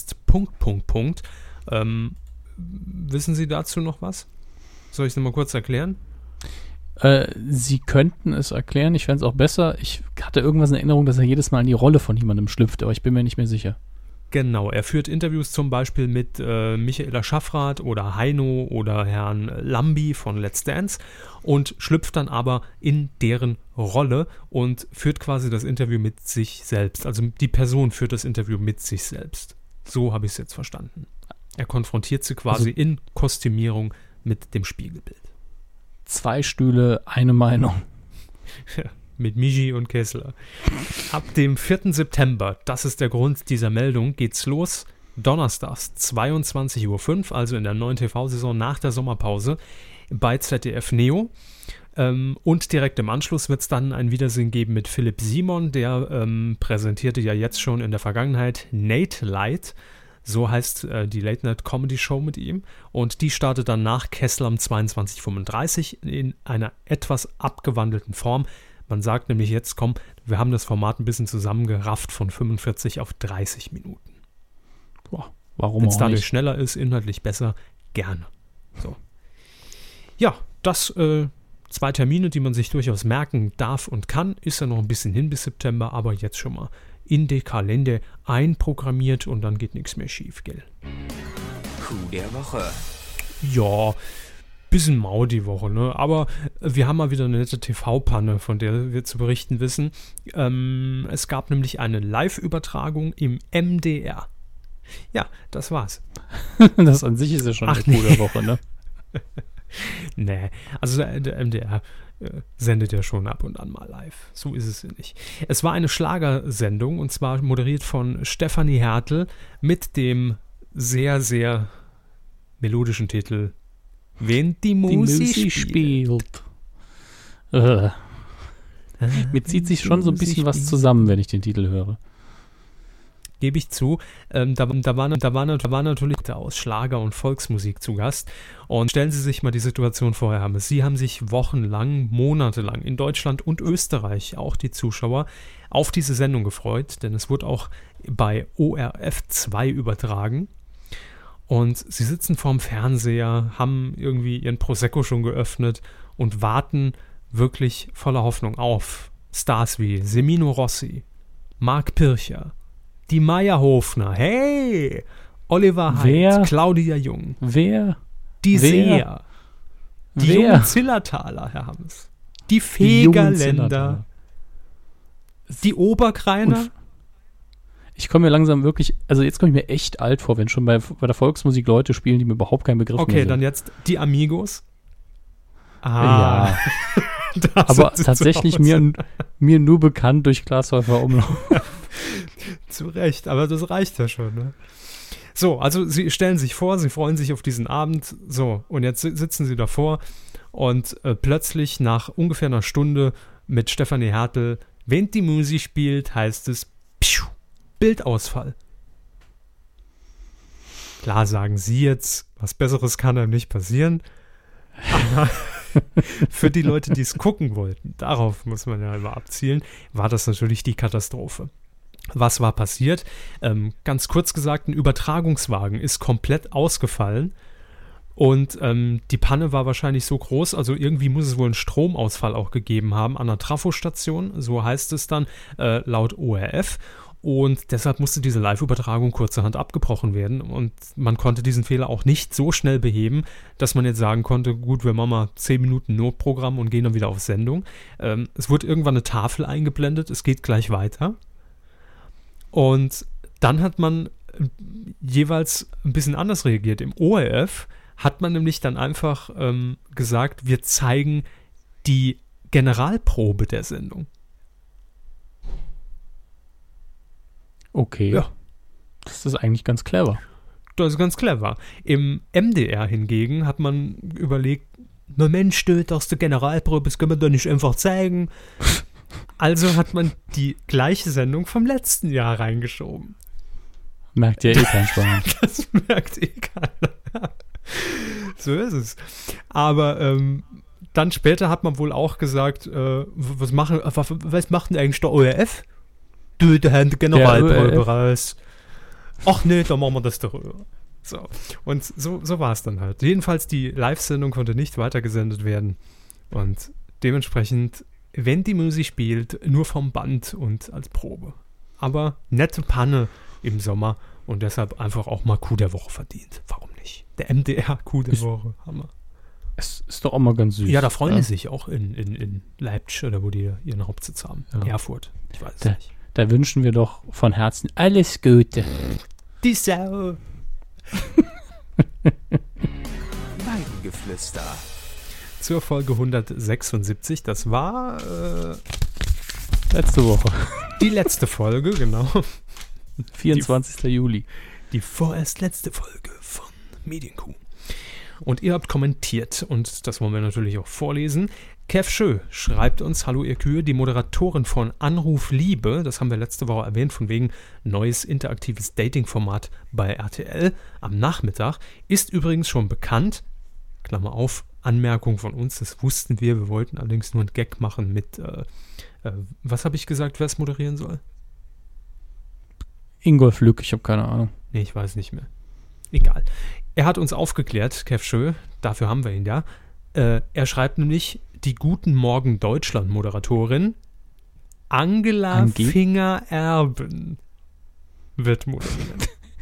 Wissen Sie dazu noch was? Soll ich es nochmal kurz erklären? Sie könnten es erklären, ich fände es auch besser. Ich hatte irgendwas in Erinnerung, dass er jedes Mal in die Rolle von jemandem schlüpft, aber ich bin mir nicht mehr sicher. Genau, er führt Interviews zum Beispiel mit Michaela Schaffrath oder Heino oder Herrn Lambi von Let's Dance und schlüpft dann aber in deren Rolle und führt quasi das Interview mit sich selbst. Also die Person führt das Interview mit sich selbst. So habe ich es jetzt verstanden. Er konfrontiert sie quasi in Kostümierung mit dem Spiegelbild. 2 Stühle, eine Meinung. Ja, mit Michi und Kessler. Ab dem 4. September, das ist der Grund dieser Meldung, geht's los. Donnerstags 22:05 Uhr, also in der neuen TV-Saison nach der Sommerpause bei ZDF Neo. Und direkt im Anschluss wird es dann ein Wiedersehen geben mit Philipp Simon, der präsentierte ja jetzt schon in der Vergangenheit Nate Light. So heißt die Late-Night-Comedy-Show mit ihm. Und die startet dann nach Kessler um 22:35 Uhr in einer etwas abgewandelten Form. Man sagt nämlich jetzt, komm, wir haben das Format ein bisschen zusammengerafft von 45 auf 30 Minuten. Boah, warum Wenn es auch dadurch nicht? schneller ist, inhaltlich besser, gerne. So. Ja, das 2 Termine, die man sich durchaus merken darf und kann. Ist ja noch ein bisschen hin bis September, aber jetzt schon mal in den Kalender einprogrammiert und dann geht nichts mehr schief, gell? Coup der Woche. Ja, bisschen mau die Woche, ne? Aber wir haben mal wieder eine nette TV-Panne, von der wir zu berichten wissen. Es gab nämlich eine Live-Übertragung im MDR. Ja, das war's. Das an sich ist ja schon eine coole Woche, ne? Nee, also der MDR sendet ja schon ab und an mal live. So ist es nicht. Es war eine Schlagersendung und zwar moderiert von Stefanie Hertel mit dem sehr, sehr melodischen Titel Wenn die Musik spielt. Mir zieht sich schon so ein bisschen was zusammen, wenn ich den Titel höre. Gebe ich zu. Da war natürlich aus Schlager und Volksmusik zu Gast. Und stellen Sie sich mal die Situation vor, Herr Hammes. Sie haben sich wochenlang, monatelang in Deutschland und Österreich, auch die Zuschauer, auf diese Sendung gefreut, denn es wurde auch bei ORF 2 übertragen. Und Sie sitzen vorm Fernseher, haben irgendwie Ihren Prosecco schon geöffnet und warten wirklich voller Hoffnung auf Stars wie Semino Rossi, Marc Pircher, die Meyerhofner, hey, Oliver Heidt, Claudia Jung. Wer? Die Seher. Die jungen Zillertaler, Herr Hammes. Die Fegerländer. Die Oberkreiner. Ich komme mir langsam wirklich, also jetzt komme ich mir echt alt vor, wenn schon bei der Volksmusik Leute spielen, die mir überhaupt keinen Begriff mehr sind. Okay, dann jetzt die Amigos. Ja. Aber tatsächlich mir nur bekannt durch Glashäufer Umlauf. Zu Recht, aber das reicht ja schon, ne? So, also Sie stellen sich vor, Sie freuen sich auf diesen Abend, so, und jetzt sitzen Sie davor und plötzlich nach ungefähr einer Stunde mit Stefanie Hertel, wenn die Musik spielt, heißt es Bildausfall. Klar sagen Sie jetzt, was Besseres kann einem nicht passieren, aber für die Leute, die es gucken wollten, darauf muss man ja immer abzielen, war das natürlich die Katastrophe. Was war passiert? Ganz kurz gesagt, ein Übertragungswagen ist komplett ausgefallen und die Panne war wahrscheinlich so groß, also irgendwie muss es wohl einen Stromausfall auch gegeben haben an einer Trafostation, so heißt es dann laut ORF. Und deshalb musste diese Live-Übertragung kurzerhand abgebrochen werden und man konnte diesen Fehler auch nicht so schnell beheben, dass man jetzt sagen konnte, gut, wir machen mal 10 Minuten Notprogramm und gehen dann wieder auf Sendung. Es wurde irgendwann eine Tafel eingeblendet, es geht gleich weiter. Und dann hat man jeweils ein bisschen anders reagiert. Im ORF hat man nämlich dann einfach gesagt, wir zeigen die Generalprobe der Sendung. Okay. Ja. Das ist eigentlich ganz clever. Das ist ganz clever. Im MDR hingegen hat man überlegt, na Mensch, das der Generalprobe, das können wir doch nicht einfach zeigen. Also hat man die gleiche Sendung vom letzten Jahr reingeschoben. Merkt ja eh kein Schwein. Das merkt eh keiner. So ist es. Aber dann später hat man wohl auch gesagt, was macht denn eigentlich der ORF? Du, der Herr Generalprobe raus. Ach nee, dann machen wir das darüber. So. Und so war es dann halt. Jedenfalls, die Live-Sendung konnte nicht weitergesendet werden. Und dementsprechend, wenn die Musik spielt, nur vom Band und als Probe. Aber nette Panne im Sommer und deshalb einfach auch mal Coup der Woche verdient. Warum nicht? Der MDR Coup der Woche. Hammer. Es ist doch auch mal ganz süß. Ja, da freuen die sich auch in Leipzig oder wo die ihren Hauptsitz haben. Ja. Erfurt. Ich weiß es nicht. Da wünschen wir doch von Herzen alles Gute. Die Sau. Weidengeflüster. Zur Folge 176. Das war letzte Woche. Die letzte Folge, genau. 24. Juli. Die vorerst letzte Folge von Medienkuh. Und ihr habt kommentiert und das wollen wir natürlich auch vorlesen. Kev Schö schreibt uns, hallo ihr Kühe, die Moderatorin von Anruf Liebe, das haben wir letzte Woche erwähnt, von wegen neues interaktives Dating-Format bei RTL am Nachmittag, ist übrigens schon bekannt, Klammer auf, Anmerkung von uns, das wussten wir wollten allerdings nur einen Gag machen mit, was habe ich gesagt, wer es moderieren soll? Ingolf Lück, ich habe keine Ahnung. Nee, ich weiß nicht mehr. Egal. Er hat uns aufgeklärt, Kev Schö, dafür haben wir ihn ja. Er schreibt nämlich, die Guten Morgen Deutschland Moderatorin Angela Finger-Erben wird moderieren.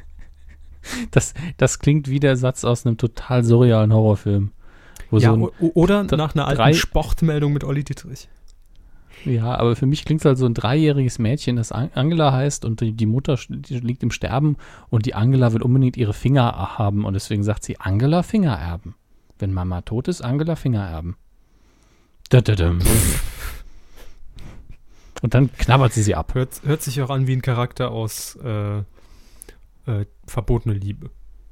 Das klingt wie der Satz aus einem total surrealen Horrorfilm. Wo ja, so oder nach einer alten Sportmeldung mit Olli Dietrich. Ja, aber für mich klingt es halt so ein 3-jähriges Mädchen, das Angela heißt und die Mutter die liegt im Sterben und die Angela will unbedingt ihre Finger haben und deswegen sagt sie Angela Finger-Erben. Wenn Mama tot ist, Angela Finger erben. Und dann knabbert sie ab. Hört sich auch an wie ein Charakter aus Verbotene Liebe.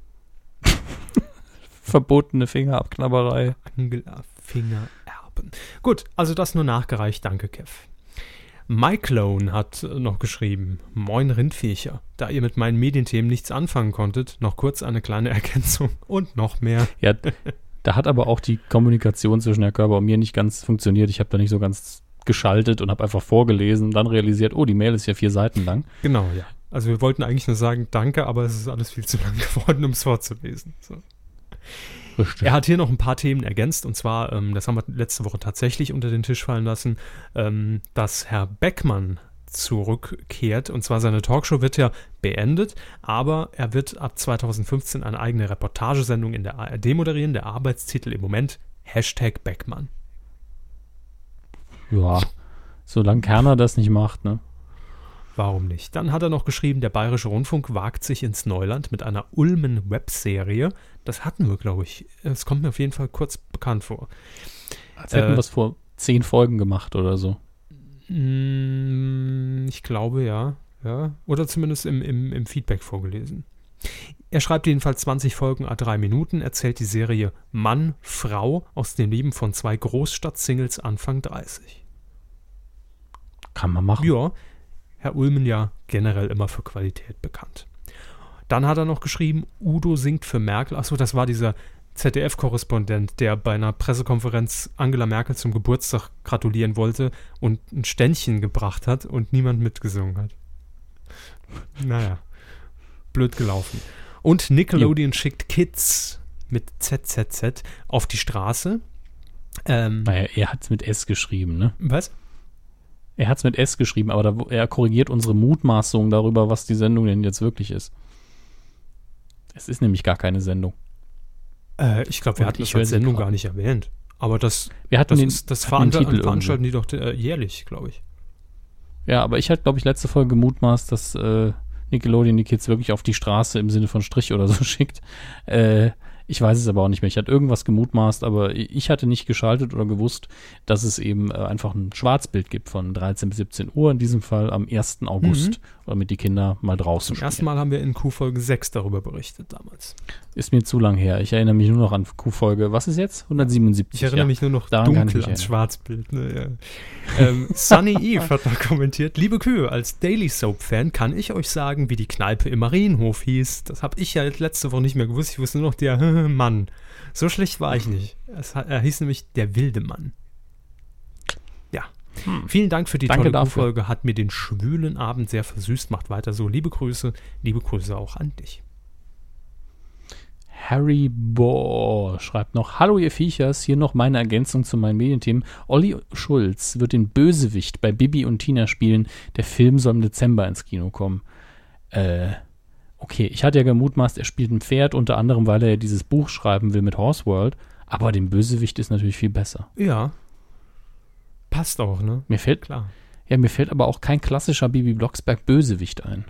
Verbotene Fingerabknabberei. Angela Finger erben. Gut, also das nur nachgereicht. Danke, Kev. Myclone hat noch geschrieben: Moin Rindviecher. Da ihr mit meinen Medienthemen nichts anfangen konntet, noch kurz eine kleine Ergänzung und noch mehr. Ja, da hat aber auch die Kommunikation zwischen Herr Körber und mir nicht ganz funktioniert. Ich habe da nicht so ganz geschaltet und habe einfach vorgelesen, dann realisiert, oh, die Mail ist ja 4 Seiten lang. Genau, ja. Also wir wollten eigentlich nur sagen, danke, aber es ist alles viel zu lang geworden, um es vorzulesen. So. Richtig. Er hat hier noch ein paar Themen ergänzt, und zwar, das haben wir letzte Woche tatsächlich unter den Tisch fallen lassen, dass Herr Beckmann zurückkehrt, und zwar seine Talkshow wird ja beendet, aber er wird ab 2015 eine eigene Reportagesendung in der ARD moderieren, der Arbeitstitel im Moment #Beckmann. Ja, solange Kerner das nicht macht, ne? Warum nicht? Dann hat er noch geschrieben, der Bayerische Rundfunk wagt sich ins Neuland mit einer Ulmen-Webserie. Das hatten wir, glaube ich. Es kommt mir auf jeden Fall kurz bekannt vor. Als hätten wir es vor 10 Folgen gemacht oder so. Ich glaube, ja. Oder zumindest im Feedback vorgelesen. Er schreibt jedenfalls 20 Folgen à 3 Minuten, erzählt die Serie Mann, Frau aus dem Leben von 2 Großstadt-Singles Anfang 30. Kann man machen. Ja, Herr Ulmen ja generell immer für Qualität bekannt. Dann hat er noch geschrieben, Udo singt für Merkel. Achso, das war dieser ZDF-Korrespondent, der bei einer Pressekonferenz Angela Merkel zum Geburtstag gratulieren wollte und ein Ständchen gebracht hat und niemand mitgesungen hat. Naja, blöd gelaufen. Und Nickelodeon schickt Kids mit ZZZ auf die Straße. Naja, er hat es mit S geschrieben, ne? Was? Er hat es mit S geschrieben, aber er korrigiert unsere Mutmaßungen darüber, was die Sendung denn jetzt wirklich ist. Es ist nämlich gar keine Sendung. Ich glaube, wir hatten das als Sendung gar nicht erwähnt. Aber das veranstalten die doch jährlich, glaube ich. Ja, aber ich hatte, glaube ich, letzte Folge gemutmaßt, dass Nickelodeon die Kids wirklich auf die Straße im Sinne von Strich oder so schickt. Ich weiß es aber auch nicht mehr. Ich hatte irgendwas gemutmaßt, aber ich hatte nicht geschaltet oder gewusst, dass es eben einfach ein Schwarzbild gibt von 13 bis 17 Uhr, in diesem Fall am 1. August, damit die Kinder mal draußen spielen. Zum ersten Mal haben wir in Q-Folge 6 darüber berichtet damals. Ist mir zu lang her. Ich erinnere mich nur noch an Q-Folge, was ist jetzt? 177. Ich erinnere mich nur noch daran dunkel ans Schwarzbild. Ne, ja. Sunny Eve hat noch kommentiert, liebe Kühe, als Daily Soap-Fan kann ich euch sagen, wie die Kneipe im Marienhof hieß. Das habe ich ja letzte Woche nicht mehr gewusst. Ich wusste nur noch der Mann. So schlecht war ich nicht. Er hieß nämlich der wilde Mann. Ja. Vielen Dank für die tolle Q-Folge. Hat mir den schwülen Abend sehr versüßt. Macht weiter so. Liebe Grüße auch an dich. Harry Bohr schreibt noch: Hallo ihr Viechers, hier noch meine Ergänzung zu meinen Medienthemen. Olli Schulz wird den Bösewicht bei Bibi und Tina spielen. Der Film soll im Dezember ins Kino kommen. Okay, ich hatte ja gemutmaßt, er spielt ein Pferd, unter anderem, weil er ja dieses Buch schreiben will mit Horseworld. Aber den Bösewicht ist natürlich viel besser. Ja. Passt auch, ne? Mir fällt aber auch kein klassischer Bibi Blocksberg Bösewicht ein.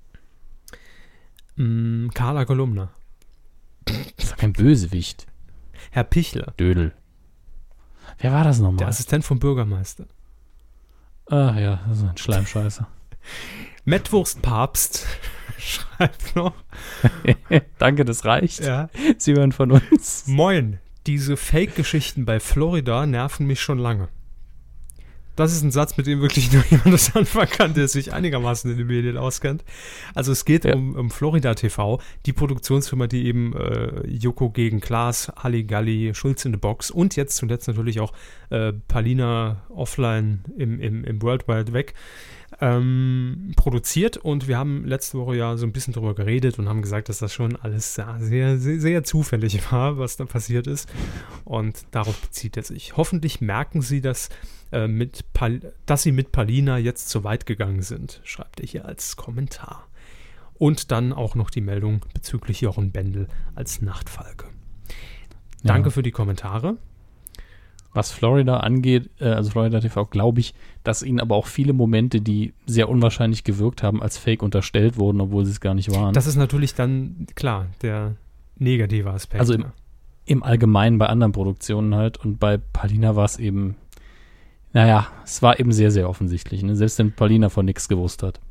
Carla Kolumna. Das ist doch kein Bösewicht. Herr Pichler. Dödel. Wer war das nochmal? Der Assistent vom Bürgermeister. Ach ja, das ist ein Schleimscheißer. Mettwurst Papst schreibt noch. Danke, das reicht. Ja. Sie hören von uns. Moin, diese Fake-Geschichten bei Florida nerven mich schon lange. Das ist ein Satz, mit dem wirklich nur jemand das anfangen kann, der sich einigermaßen in den Medien auskennt. Also es geht um Florida TV, die Produktionsfirma, die eben Joko gegen Klaas, Halligalli, Schulz in the Box und jetzt zuletzt natürlich auch Palina Offline im World Wide Web produziert, und wir haben letzte Woche ja so ein bisschen drüber geredet und haben gesagt, dass das schon alles sehr, sehr, sehr zufällig war, was da passiert ist, und darauf bezieht er sich. Hoffentlich merken Sie, dass Sie mit Palina jetzt zu weit gegangen sind, schreibt er hier als Kommentar. Und dann auch noch die Meldung bezüglich Jochen Bendel als Nachtfalke. Danke für die Kommentare. Was Florida angeht, also Florida TV, glaube ich, dass ihnen aber auch viele Momente, die sehr unwahrscheinlich gewirkt haben, als Fake unterstellt wurden, obwohl sie es gar nicht waren. Das ist natürlich dann, klar, der negative Aspekt. Also im Allgemeinen bei anderen Produktionen halt. Und bei Paulina war es eben, naja, es war eben sehr, sehr offensichtlich. Ne? Selbst wenn Paulina von nichts gewusst hat.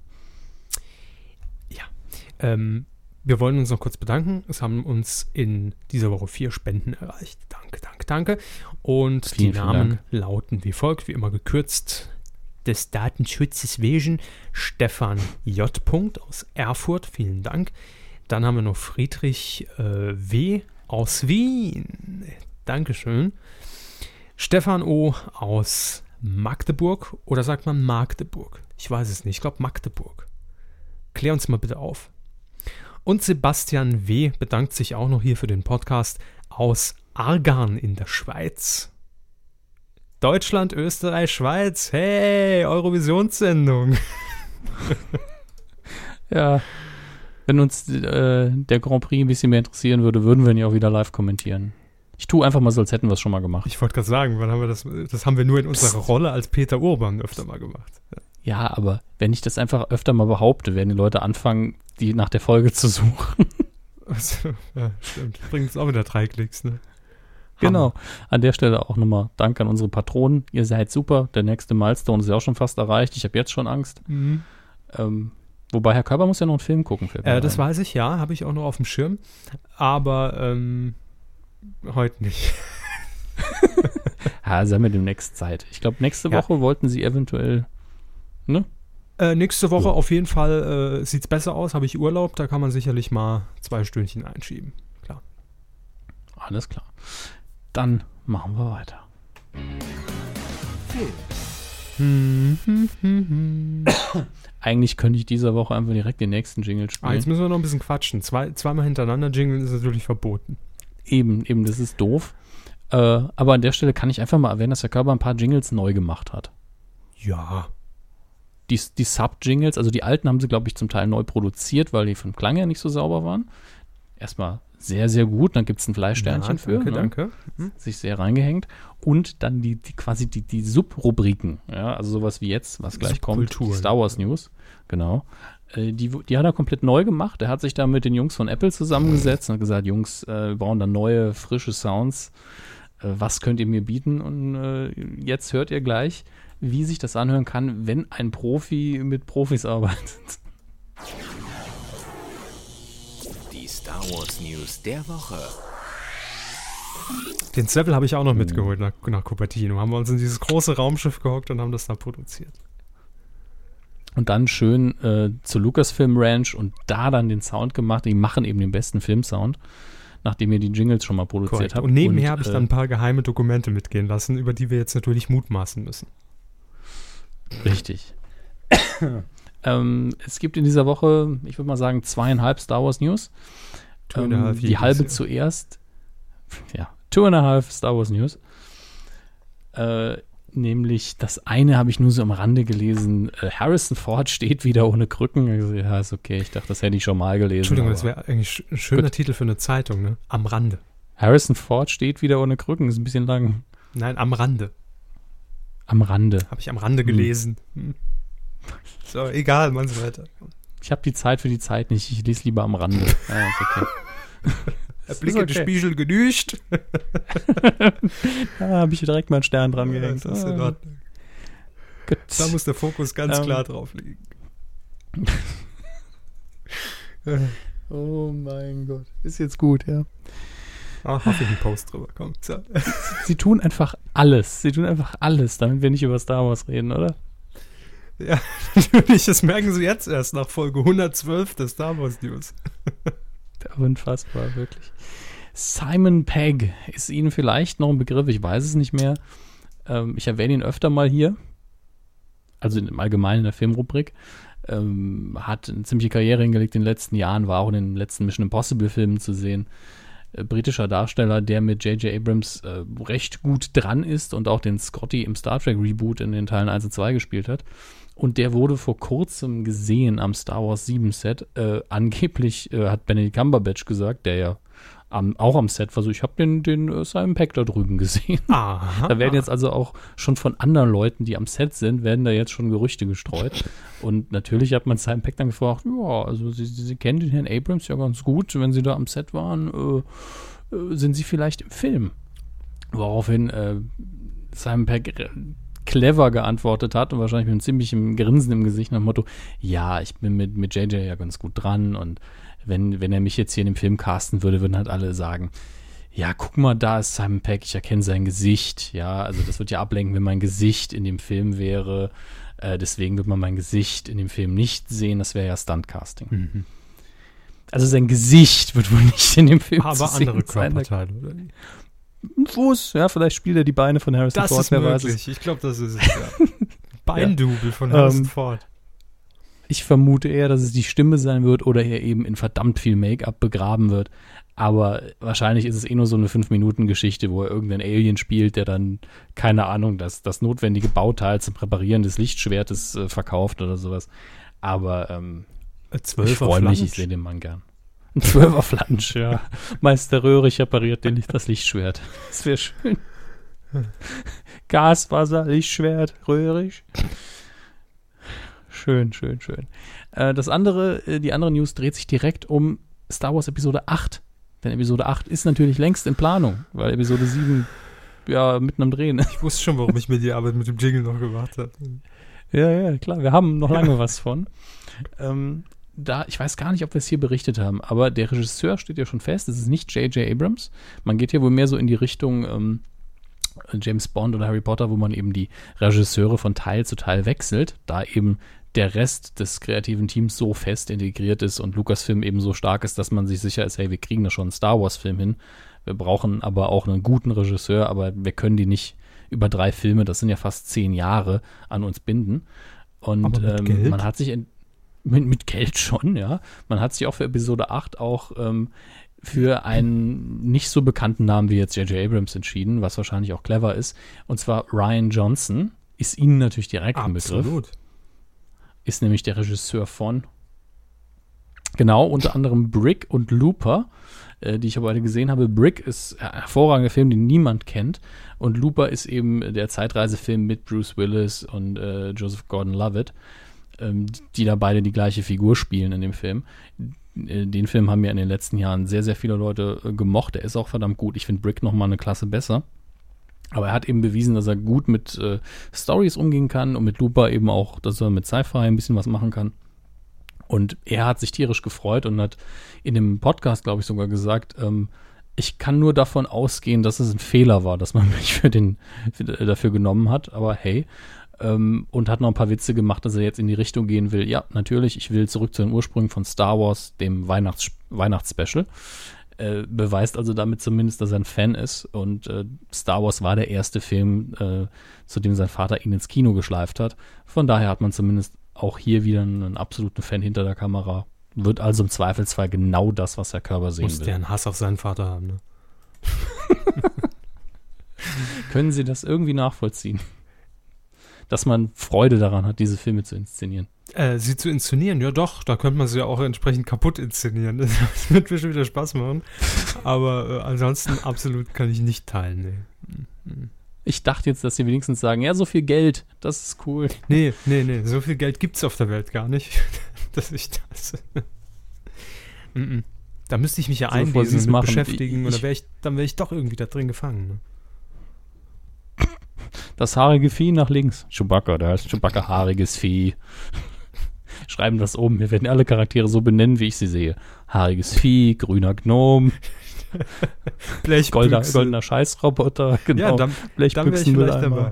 Ja, wir wollen uns noch kurz bedanken. Es haben uns in dieser Woche 4 Spenden erreicht. Danke, danke, danke. Und Vielen, die vielen Namen Dank. lauten wie folgt, wie immer gekürzt. Des Datenschutzes wegen Stefan J. aus Erfurt, vielen Dank. Dann haben wir noch Friedrich W. aus Wien, Dankeschön. Stefan O. aus Magdeburg, oder sagt man Magdeburg? Ich weiß es nicht, ich glaube Magdeburg. Klär uns mal bitte auf. Und Sebastian W. bedankt sich auch noch hier für den Podcast aus Argan in der Schweiz. Deutschland, Österreich, Schweiz, hey, Eurovisionssendung. Ja, wenn uns der Grand Prix ein bisschen mehr interessieren würde, würden wir ihn ja auch wieder live kommentieren. Ich tue einfach mal so, als hätten wir es schon mal gemacht. Ich wollte gerade sagen, wann haben wir das haben wir nur in unserer Rolle als Peter Urban öfter mal gemacht. Ja, aber wenn ich das einfach öfter mal behaupte, werden die Leute anfangen, die nach der Folge zu suchen. Also, ja, stimmt. Bringt uns auch wieder 3 Klicks, ne? Genau. An der Stelle auch nochmal Dank an unsere Patronen. Ihr seid super. Der nächste Milestone ist ja auch schon fast erreicht. Ich habe jetzt schon Angst. Mhm. Wobei Herr Körber muss ja noch einen Film gucken. Das weiß ich, ja. Habe ich auch noch auf dem Schirm. Aber heute nicht. Ja, sagen wir demnächst Zeit. Ich glaube, nächste Woche wollten sie eventuell, ne? Nächste Woche auf jeden Fall sieht es besser aus. Habe ich Urlaub. Da kann man sicherlich mal 2 Stündchen einschieben. Klar. Alles klar. Dann machen wir weiter. Eigentlich könnte ich diese Woche einfach direkt den nächsten Jingle spielen. Jetzt müssen wir noch ein bisschen quatschen. Zweimal hintereinander jingeln ist natürlich verboten. Eben, das ist doof. Aber an der Stelle kann ich einfach mal erwähnen, dass der Körper ein paar Jingles neu gemacht hat. Ja. Die Sub-Jingles, also die alten haben sie, glaube ich, zum Teil neu produziert, weil die vom Klang her nicht so sauber waren. Erstmal sehr, sehr gut. Dann gibt es ein Fleischsternchen für. Danke. Sich sehr reingehängt. Und dann die Subrubriken. Ja, also sowas wie jetzt, was gleich kommt. Die Star Wars News. Genau. Die hat er komplett neu gemacht. Er hat sich da mit den Jungs von Apple zusammengesetzt und hat gesagt, Jungs, wir brauchen da neue, frische Sounds. Was könnt ihr mir bieten? Und jetzt hört ihr gleich, wie sich das anhören kann, wenn ein Profi mit Profis arbeitet. Die Star Wars News der Woche. Den Zeppel habe ich auch noch mitgeholt nach Cupertino. Haben wir uns in dieses große Raumschiff gehockt und haben das da produziert. Und dann schön zur Lucasfilm Ranch und da dann den Sound gemacht. Die machen eben den besten Filmsound, nachdem ihr die Jingles schon mal produziert habt. Und nebenher habe ich dann ein paar geheime Dokumente mitgehen lassen, über die wir jetzt natürlich mutmaßen müssen. Richtig. Es gibt in dieser Woche, ich würde mal sagen, 2,5 Star Wars News. Die halbe zuerst. Ja, 2,5 Star Wars News. Nämlich das eine habe ich nur so am Rande gelesen. Harrison Ford steht wieder ohne Krücken. Also, ja, ist okay. Ich dachte, das hätte ich schon mal gelesen. Entschuldigung, das wäre eigentlich ein schöner Titel für eine Zeitung, ne? Am Rande. Harrison Ford steht wieder ohne Krücken. Ist ein bisschen lang. Nein, am Rande. Am Rande. Habe ich am Rande gelesen. So, egal, machen Sie weiter. Ich habe die Zeit für die Zeit nicht. Ich lese lieber am Rande. Ja, ist okay. Der Blick in den Spiegel genügt. Da habe ich direkt mal einen Stern dran gehängt. Das ist in Ordnung. Gut. Da muss der Fokus ganz klar drauf liegen. Oh mein Gott. Ist jetzt gut, ja. Hoffe ich einen Post drüber. Komm. So. Sie tun einfach alles. Damit wir nicht über Star Wars reden, oder? Ja, natürlich. Das merken Sie jetzt erst nach Folge 112 der Star Wars News. Unfassbar, wirklich. Simon Pegg ist Ihnen vielleicht noch ein Begriff, ich weiß es nicht mehr. Ich erwähne ihn öfter mal hier, also im Allgemeinen in der Filmrubrik. Hat eine ziemliche Karriere hingelegt in den letzten Jahren, war auch in den letzten Mission Impossible Filmen zu sehen. Britischer Darsteller, der mit J.J. Abrams recht gut dran ist und auch den Scotty im Star Trek Reboot in den Teilen 1 und 2 gespielt hat. Und der wurde vor kurzem gesehen am Star Wars 7 Set. Angeblich hat Benedict Cumberbatch gesagt, der ja auch am Set war, so, ich habe den Simon Pegg da drüben gesehen. Aha. Da werden jetzt also auch schon von anderen Leuten, die am Set sind, werden da jetzt schon Gerüchte gestreut. Und natürlich hat man Simon Pegg dann gefragt, ja, also Sie kennen den Herrn Abrams ja ganz gut, wenn Sie da am Set waren. sind sie vielleicht im Film? Woraufhin Simon Pegg clever geantwortet hat und wahrscheinlich mit einem ziemlichen Grinsen im Gesicht nach dem Motto, ja, ich bin mit JJ ja ganz gut dran und wenn er mich jetzt hier in dem Film casten würde, würden halt alle sagen, ja, guck mal, da ist Simon Pegg, ich erkenne sein Gesicht, ja, also das wird ja ablenken, wenn mein Gesicht in dem Film wäre, deswegen wird man mein Gesicht in dem Film nicht sehen, das wäre ja Stuntcasting. Mhm. Also sein Gesicht wird wohl nicht in dem Film Aber zu sehen andere sein. Körperteile, oder? Ein Fuß, ja, vielleicht spielt er die Beine von Harrison Das Ford, ist wer weiß es. möglich. Ich glaube, das ist es, ja. Beindouble von Harrison Ford. Ich vermute eher, dass es die Stimme sein wird oder er eben in verdammt viel Make-up begraben wird. Aber wahrscheinlich ist es nur so eine 5-Minuten-Geschichte, wo er irgendeinen Alien spielt, der dann, keine Ahnung, das notwendige Bauteil zum Präparieren des Lichtschwertes verkauft oder sowas. Aber ich freue mich, ich sehe den Mann gern. Ein 12er Flansch, ja. Meister Röhrig repariert das Lichtschwert. Das wäre schön. Gaswasser, Lichtschwert, Röhrig. Schön. Die andere News dreht sich direkt um Star Wars Episode 8. Denn Episode 8 ist natürlich längst in Planung, weil Episode 7 ja mitten am Drehen ist. Ich wusste schon, warum ich mir die Arbeit mit dem Jingle noch gemacht habe. Ja, klar. Wir haben noch lange was von. Ich weiß gar nicht, ob wir es hier berichtet haben, aber der Regisseur steht ja schon fest. Es ist nicht J.J. Abrams. Man geht hier wohl mehr so in die Richtung James Bond oder Harry Potter, wo man eben die Regisseure von Teil zu Teil wechselt, da eben der Rest des kreativen Teams so fest integriert ist und Lucasfilm eben so stark ist, dass man sich sicher ist, hey, wir kriegen da schon einen Star Wars-Film hin. Wir brauchen aber auch einen guten Regisseur, aber wir können die nicht über 3 Filme, das sind ja fast 10 Jahre, an uns binden. Und man hat sich mit Geld schon, ja. Man hat sich auch für Episode 8 auch für einen nicht so bekannten Namen wie jetzt J.J. Abrams entschieden, was wahrscheinlich auch clever ist. Und zwar Rian Johnson ist Ihnen natürlich direkt ein Begriff. Absolut. Ist nämlich der Regisseur von genau, unter anderem Brick und Looper, die ich aber beide gesehen habe. Brick ist ein hervorragender Film, den niemand kennt. Und Looper ist eben der Zeitreisefilm mit Bruce Willis und Joseph Gordon-Levitt, die da beide die gleiche Figur spielen in dem Film. Den Film haben ja in den letzten Jahren sehr, sehr viele Leute gemocht. Der ist auch verdammt gut. Ich finde Brick nochmal eine Klasse besser. Aber er hat eben bewiesen, dass er gut mit Storys umgehen kann und mit Looper eben auch, dass er mit Sci-Fi ein bisschen was machen kann. Und er hat sich tierisch gefreut und hat in dem Podcast, glaube ich, sogar gesagt, ich kann nur davon ausgehen, dass es ein Fehler war, dass man mich dafür genommen hat. Aber hey, und hat noch ein paar Witze gemacht, dass er jetzt in die Richtung gehen will. Ja, natürlich, ich will zurück zu den Ursprüngen von Star Wars, dem Weihnachtsspecial. Beweist also damit zumindest, dass er ein Fan ist. Und Star Wars war der erste Film, zu dem sein Vater ihn ins Kino geschleift hat. Von daher hat man zumindest auch hier wieder einen absoluten Fan hinter der Kamera. Wird also im Zweifelsfall genau das, was Herr Körber sehen will. Muss der einen Hass auf seinen Vater haben, ne? Können Sie das irgendwie nachvollziehen? Dass man Freude daran hat, diese Filme zu inszenieren. Sie zu inszenieren, ja doch, da könnte man sie ja auch entsprechend kaputt inszenieren. Das wird mir schon wieder Spaß machen. Aber ansonsten absolut kann ich nicht teilen. Nee. Ich dachte jetzt, dass Sie wenigstens sagen, ja, so viel Geld, das ist cool. Nee, so viel Geld gibt's auf der Welt gar nicht, dass ich das... Da müsste ich mich ja einlesen und beschäftigen oder dann wäre ich doch irgendwie da drin gefangen. Ne? Das haarige Vieh nach links. Chewbacca, da heißt Chewbacca haariges Vieh. Schreiben das oben. Wir werden alle Charaktere so benennen, wie ich sie sehe. Haariges Vieh, grüner Gnom, goldener Scheißroboter, genau. Ja, dann wäre ich vielleicht dabei.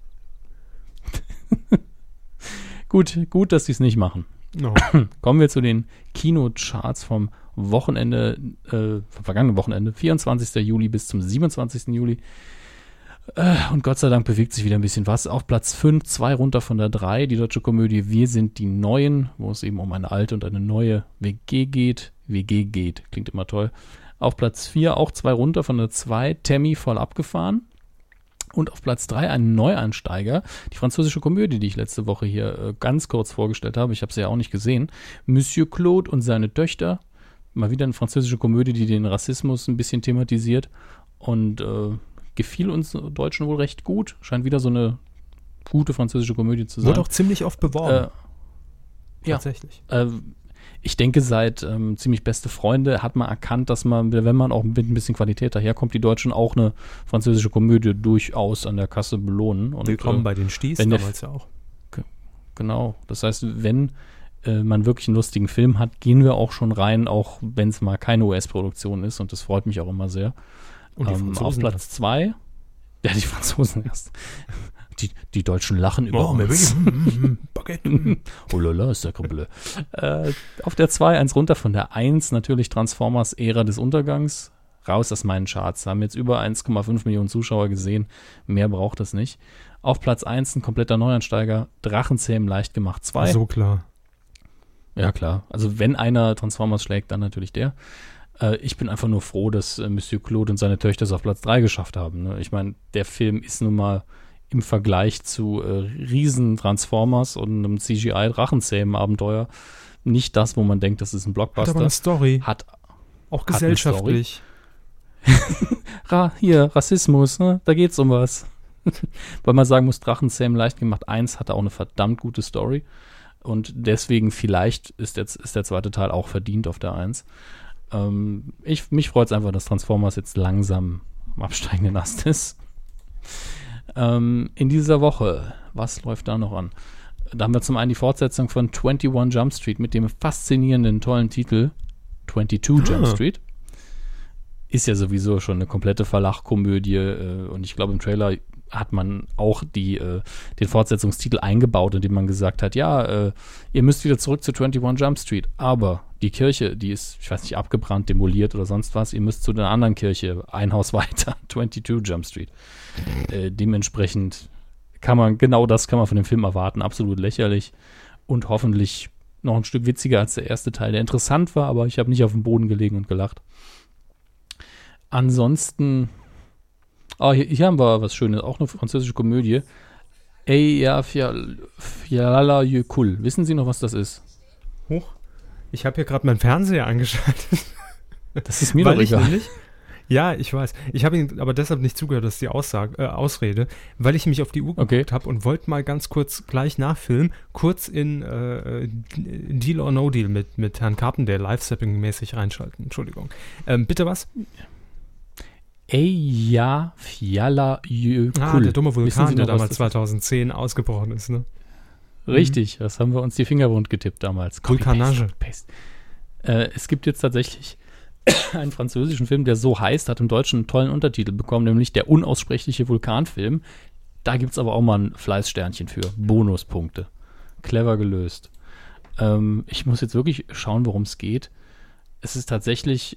Gut, dass sie es nicht machen. No. Kommen wir zu den Kinocharts vom vergangenen Wochenende, 24. Juli bis zum 27. Juli. Und Gott sei Dank bewegt sich wieder ein bisschen was. Auf Platz 5, 2 runter von der 3, die deutsche Komödie Wir sind die Neuen, wo es eben um eine alte und eine neue WG geht. WG geht, klingt immer toll. Auf Platz 4 auch 2 runter von der 2, Tammy voll abgefahren. Und auf Platz 3 ein Neueinsteiger, die französische Komödie, die ich letzte Woche hier ganz kurz vorgestellt habe. Ich habe sie ja auch nicht gesehen. Monsieur Claude und seine Töchter. Mal wieder eine französische Komödie, die den Rassismus ein bisschen thematisiert. Und gefiel uns Deutschen wohl recht gut. Scheint wieder so eine gute französische Komödie zu sein. Wurde auch ziemlich oft beworben. Ja. Tatsächlich. Ich denke, seit Ziemlich beste Freunde hat man erkannt, dass man, wenn man auch mit ein bisschen Qualität daherkommt, die Deutschen auch eine französische Komödie durchaus an der Kasse belohnen. Und, Willkommen bei den Sties, damals ja auch. Genau. Das heißt, wenn man wirklich einen lustigen Film hat, gehen wir auch schon rein, auch wenn es mal keine US-Produktion ist. Und das freut mich auch immer sehr. Und die Franzosen auf Platz 2. Ja, die Franzosen erst. Die Deutschen lachen über uns. Oh lala, ist der Krüppel. Auf der 2, eins runter von der 1, natürlich Transformers Ära des Untergangs. Raus aus meinen Charts. Haben jetzt über 1,5 Millionen Zuschauer gesehen. Mehr braucht es nicht. Auf Platz 1 ein kompletter Neuansteiger. Drachenzähmen leicht gemacht 2. So klar. Ja, klar. Also wenn einer Transformers schlägt, dann natürlich der. Ich bin einfach nur froh, dass Monsieur Claude und seine Töchter es auf Platz 3 geschafft haben. Ne? Ich meine, der Film ist nun mal im Vergleich zu riesen Transformers und einem CGI-Drachenzähmen-Abenteuer nicht das, wo man denkt, das ist ein Blockbuster. Hat aber eine Story. Hat auch gesellschaftlich. Hier, Rassismus, ne? Da geht's um was. Weil man sagen muss, Drachenzähmen leicht gemacht 1 hatte auch eine verdammt gute Story. Und deswegen vielleicht ist der zweite Teil auch verdient auf der 1. Mich freut es einfach, dass Transformers jetzt langsam am absteigenden Ast ist. In dieser Woche, was läuft da noch an? Da haben wir zum einen die Fortsetzung von 21 Jump Street mit dem faszinierenden, tollen Titel 22 Jump Street. Ist ja sowieso schon eine komplette Verlachkomödie und ich glaube, im Trailer hat man auch den Fortsetzungstitel eingebaut, indem man gesagt hat, ja, ihr müsst wieder zurück zu 21 Jump Street, aber die Kirche, die ist, ich weiß nicht, abgebrannt, demoliert oder sonst was, ihr müsst zu einer anderen Kirche, ein Haus weiter, 22 Jump Street. Dementsprechend kann man von dem Film erwarten, absolut lächerlich und hoffentlich noch ein Stück witziger als der erste Teil, der interessant war, aber ich habe nicht auf dem Boden gelegen und gelacht. Ansonsten hier haben wir was Schönes, auch eine französische Komödie. Ey, ja, Fiala Yekul. Wissen Sie noch, was das ist? Hoch. Ich habe hier gerade meinen Fernseher angeschaltet. Das ist mir doch egal. Ja, ich weiß. Ich habe Ihnen aber deshalb nicht zugehört, das ist die Ausrede, weil ich mich auf die Uhr geguckt habe und wollte mal ganz kurz gleich nachfilmen, kurz in Deal or No Deal mit Herrn Carpenter Live-Sapping-mäßig reinschalten. Entschuldigung. Bitte was? Eya Fiala Yekul. Der dumme Vulkan, der damals 2010 ausgebrochen ist, ne? Richtig, das haben wir uns die Finger wund getippt damals. Vulkanage. Es gibt jetzt tatsächlich einen französischen Film, der so heißt, hat im Deutschen einen tollen Untertitel bekommen, nämlich der unaussprechliche Vulkanfilm. Da gibt es aber auch mal ein Fleißsternchen für. Bonuspunkte. Clever gelöst. Ich muss jetzt wirklich schauen, worum es geht. Es ist tatsächlich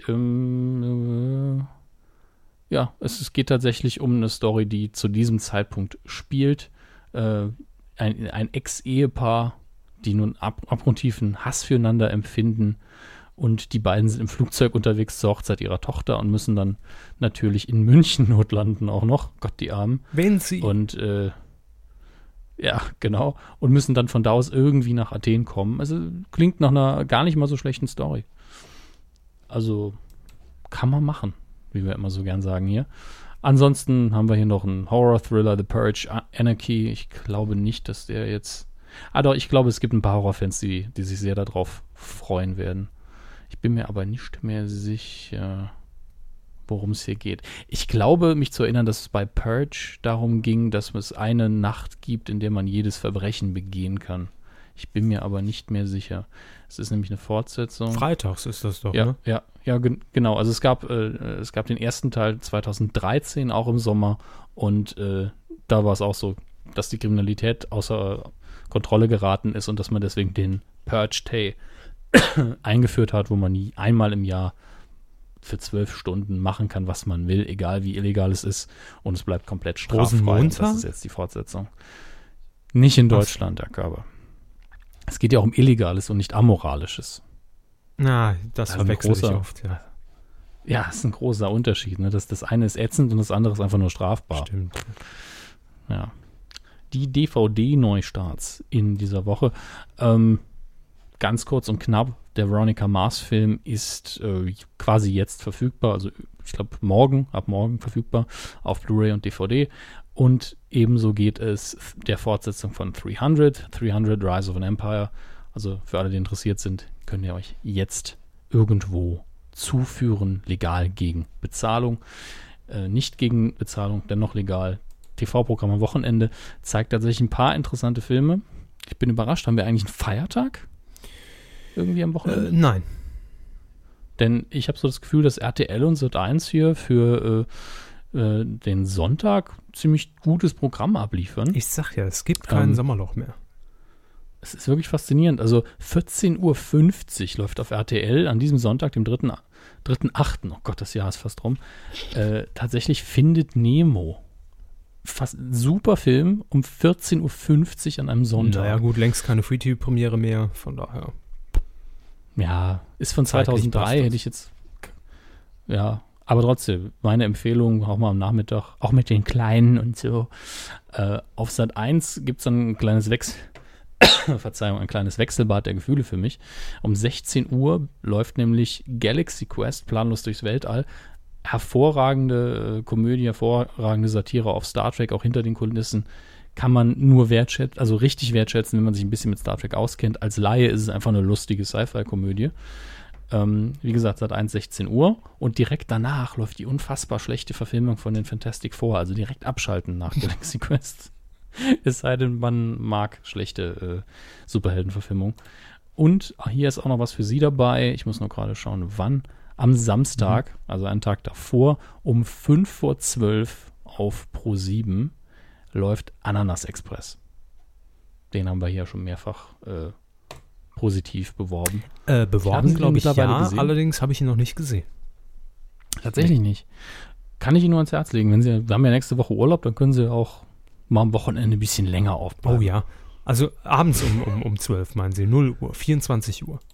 es geht tatsächlich um eine Story, die zu diesem Zeitpunkt spielt. Ein Ex-Ehepaar, die nun abgrundtiefen Hass füreinander empfinden und die beiden sind im Flugzeug unterwegs zur Hochzeit ihrer Tochter und müssen dann natürlich in München notlanden auch noch. Gott, die Armen. Wenn sie. Und ja, genau. Und müssen dann von da aus irgendwie nach Athen kommen. Also klingt nach einer gar nicht mal so schlechten Story. Also kann man machen, wie wir immer so gern sagen hier. Ansonsten haben wir hier noch einen Horror-Thriller, The Purge, Anarchy. Ich glaube nicht, dass der jetzt... doch, ich glaube, es gibt ein paar Horrorfans, die sich sehr darauf freuen werden. Ich bin mir aber nicht mehr sicher, worum es hier geht. Ich glaube, mich zu erinnern, dass es bei Purge darum ging, dass es eine Nacht gibt, in der man jedes Verbrechen begehen kann. Ich bin mir aber nicht mehr sicher. Es ist nämlich eine Fortsetzung. Freitags ist das doch, ja, ne? Ja, genau. Also es gab den ersten Teil 2013, auch im Sommer. Und da war es auch so, dass die Kriminalität außer Kontrolle geraten ist und dass man deswegen den Purge Day eingeführt hat, wo man einmal im Jahr für 12 Stunden machen kann, was man will, egal wie illegal es ist. Und es bleibt komplett straffrei. Und das ist jetzt die Fortsetzung. Nicht in Deutschland, Herr Körber. Es geht ja auch um Illegales und nicht Amoralisches. Na, das verwechsel ich oft, ja. Ja, das ist ein großer Unterschied. Ne? Das eine ist ätzend und das andere ist einfach nur strafbar. Stimmt. Ja. Die DVD-Neustarts in dieser Woche. Ganz kurz und knapp, der Veronica Mars-Film ist quasi jetzt verfügbar, also ich glaube ab morgen verfügbar auf Blu-ray und DVD. Und ebenso geht es der Fortsetzung von 300 Rise of an Empire, Also für alle, die interessiert sind, könnt ihr euch jetzt irgendwo zuführen, legal gegen Bezahlung. Nicht gegen Bezahlung, dennoch legal. TV-Programm am Wochenende zeigt tatsächlich ein paar interessante Filme. Ich bin überrascht, haben wir eigentlich einen Feiertag? Irgendwie am Wochenende? Nein. Denn ich habe so das Gefühl, dass RTL und Sat.1 hier für den Sonntag ziemlich gutes Programm abliefern. Ich sag ja, es gibt kein Sommerloch mehr. Es ist wirklich faszinierend. Also 14.50 Uhr läuft auf RTL an diesem Sonntag, dem 3.8., oh Gott, das Jahr ist fast rum, tatsächlich Findet Nemo. Fast ein super Film um 14.50 Uhr an einem Sonntag. Naja gut, längst keine Free-TV-Premiere mehr, von daher. Ja, ist von 2003, hätte ich jetzt, ja, aber trotzdem, meine Empfehlung, auch mal am Nachmittag, auch mit den Kleinen und so. Auf Sat.1 gibt es dann ein kleines ein kleines Wechselbad der Gefühle für mich. Um 16 Uhr läuft nämlich Galaxy Quest, planlos durchs Weltall. Hervorragende Komödie, hervorragende Satire auf Star Trek, auch hinter den Kulissen. Kann man nur wertschätzen, also richtig wertschätzen, wenn man sich ein bisschen mit Star Trek auskennt. Als Laie ist es einfach eine lustige Sci-Fi-Komödie. Wie gesagt, Sat.1 16 Uhr und direkt danach läuft die unfassbar schlechte Verfilmung von den Fantastic Four, also direkt abschalten nach Galaxy Quest. Es sei denn, man mag schlechte Superheldenverfilmung. Und hier ist auch noch was für Sie dabei. Ich muss nur gerade schauen, wann. Am Samstag, also einen Tag davor, um 11:05 auf Pro7 läuft Ananas Express. Den haben wir hier schon mehrfach positiv beworben. Beworben, glaube ich, ja. Gesehen. Allerdings habe ich ihn noch nicht gesehen. Tatsächlich nicht. Kann ich Ihnen nur ans Herz legen. Wir haben ja nächste Woche Urlaub, dann können Sie auch mal am Wochenende ein bisschen länger aufbleiben. Oh ja. Also abends um 12, meinen Sie? 0 Uhr, 24 Uhr.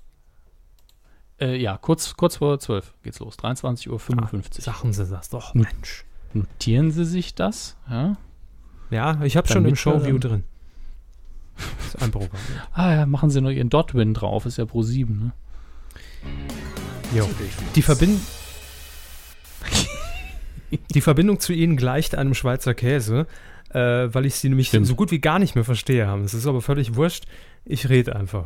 Ja, kurz vor 12 geht's los. 23:55 Uhr. Sagen Sie das doch, Mensch. Notieren Sie sich das? Ja, ja, ich habe schon im Showview drin. Das ist ein Programm. Ja, machen Sie noch Ihren Dotwin drauf, ist ja Pro7, ne? Jo. Die Verbindung zu Ihnen gleicht einem Schweizer Käse, weil ich Sie nämlich so gut wie gar nicht mehr verstehe haben. Es ist aber völlig wurscht. Ich rede einfach.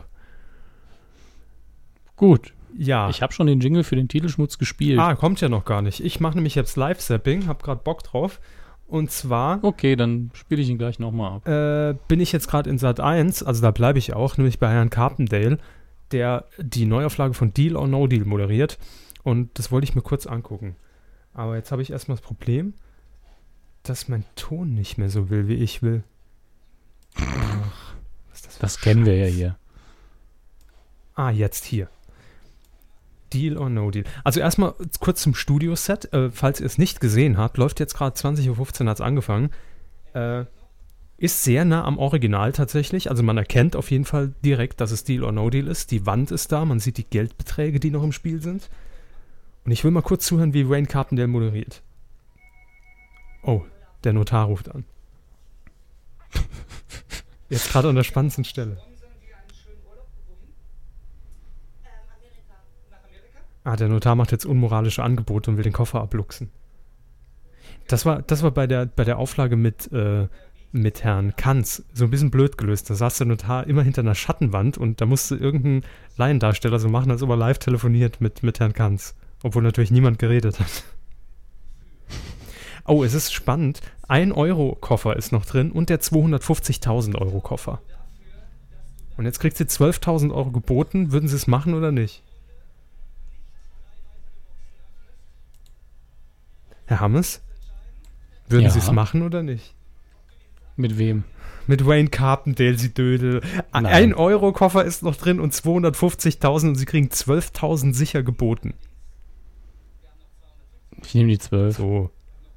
Gut. Ja. Ich habe schon den Jingle für den Titelschmutz gespielt. Kommt ja noch gar nicht. Ich mache nämlich jetzt Live-Zapping, habe gerade Bock drauf. Und zwar... Okay, dann spiele ich ihn gleich nochmal ab. Bin ich jetzt gerade in Sat.1, also da bleibe ich auch, nämlich bei Herrn Carpendale, der die Neuauflage von Deal or No Deal moderiert. Und das wollte ich mir kurz angucken. Aber jetzt habe ich erstmal das Problem, dass mein Ton nicht mehr so will, wie ich will. Ach, was ist das kennen wir ja hier. Jetzt hier. Deal or No Deal. Also erstmal kurz zum Studioset. Falls ihr es nicht gesehen habt, läuft jetzt gerade 20:15 Uhr, hat es angefangen. Ist sehr nah am Original tatsächlich. Also man erkennt auf jeden Fall direkt, dass es Deal or No Deal ist. Die Wand ist da, man sieht die Geldbeträge, die noch im Spiel sind. Und ich will mal kurz zuhören, wie Wayne Carpendale moderiert. Oh, der Notar ruft an. Jetzt gerade an der spannendsten Stelle. Der Notar macht jetzt unmoralische Angebote und will den Koffer abluchsen. Das war bei der Auflage mit Herrn Kanz so ein bisschen blöd gelöst. Da saß der Notar immer hinter einer Schattenwand und da musste irgendein Laiendarsteller so machen, als ob er live telefoniert mit Herrn Kanz. Obwohl natürlich niemand geredet hat. Oh, es ist spannend. 1-Euro-Koffer ist noch drin und der 250.000 Euro Koffer. Und jetzt kriegt sie 12.000 Euro geboten. Würden Sie es machen oder nicht? Herr Hammes? Würden Sie es machen oder nicht? Mit wem? Mit Wayne Carpendale, Sie Dödel. 1-Euro-Koffer ist noch drin und 250.000 und Sie kriegen 12.000 sicher geboten. Ich nehme die 12. So.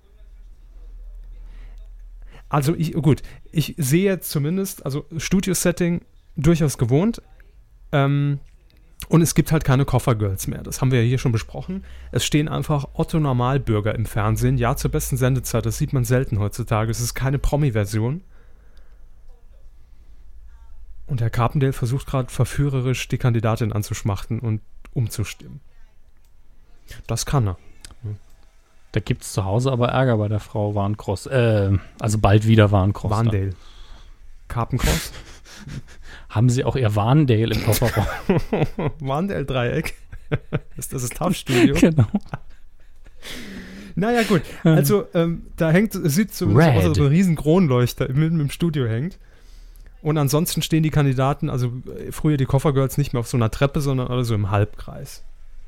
Also ich sehe jetzt zumindest, also Studio-Setting durchaus gewohnt. Und es gibt halt keine Koffergirls mehr. Das haben wir ja hier schon besprochen. Es stehen einfach Otto-Normalbürger im Fernsehen. Ja, zur besten Sendezeit. Das sieht man selten heutzutage. Es ist keine Promi-Version. Und Herr Carpendale versucht gerade verführerisch die Kandidatin anzuschmachten und umzustimmen. Das kann er. Da gibt es zu Hause aber Ärger bei der Frau Warncross. Also bald wieder Warncross. Warndale. Carpencross? Haben Sie auch Ihr Warndale im Kofferraum? Warndale-Dreieck. Ist das Taufstudio? Genau. Naja, gut. Also, da sieht zumindest aus, als ob ein riesen Kronleuchter mitten im Studio hängt. Und ansonsten stehen die Kandidaten, also früher die Koffergirls, nicht mehr auf so einer Treppe, sondern also im Halbkreis.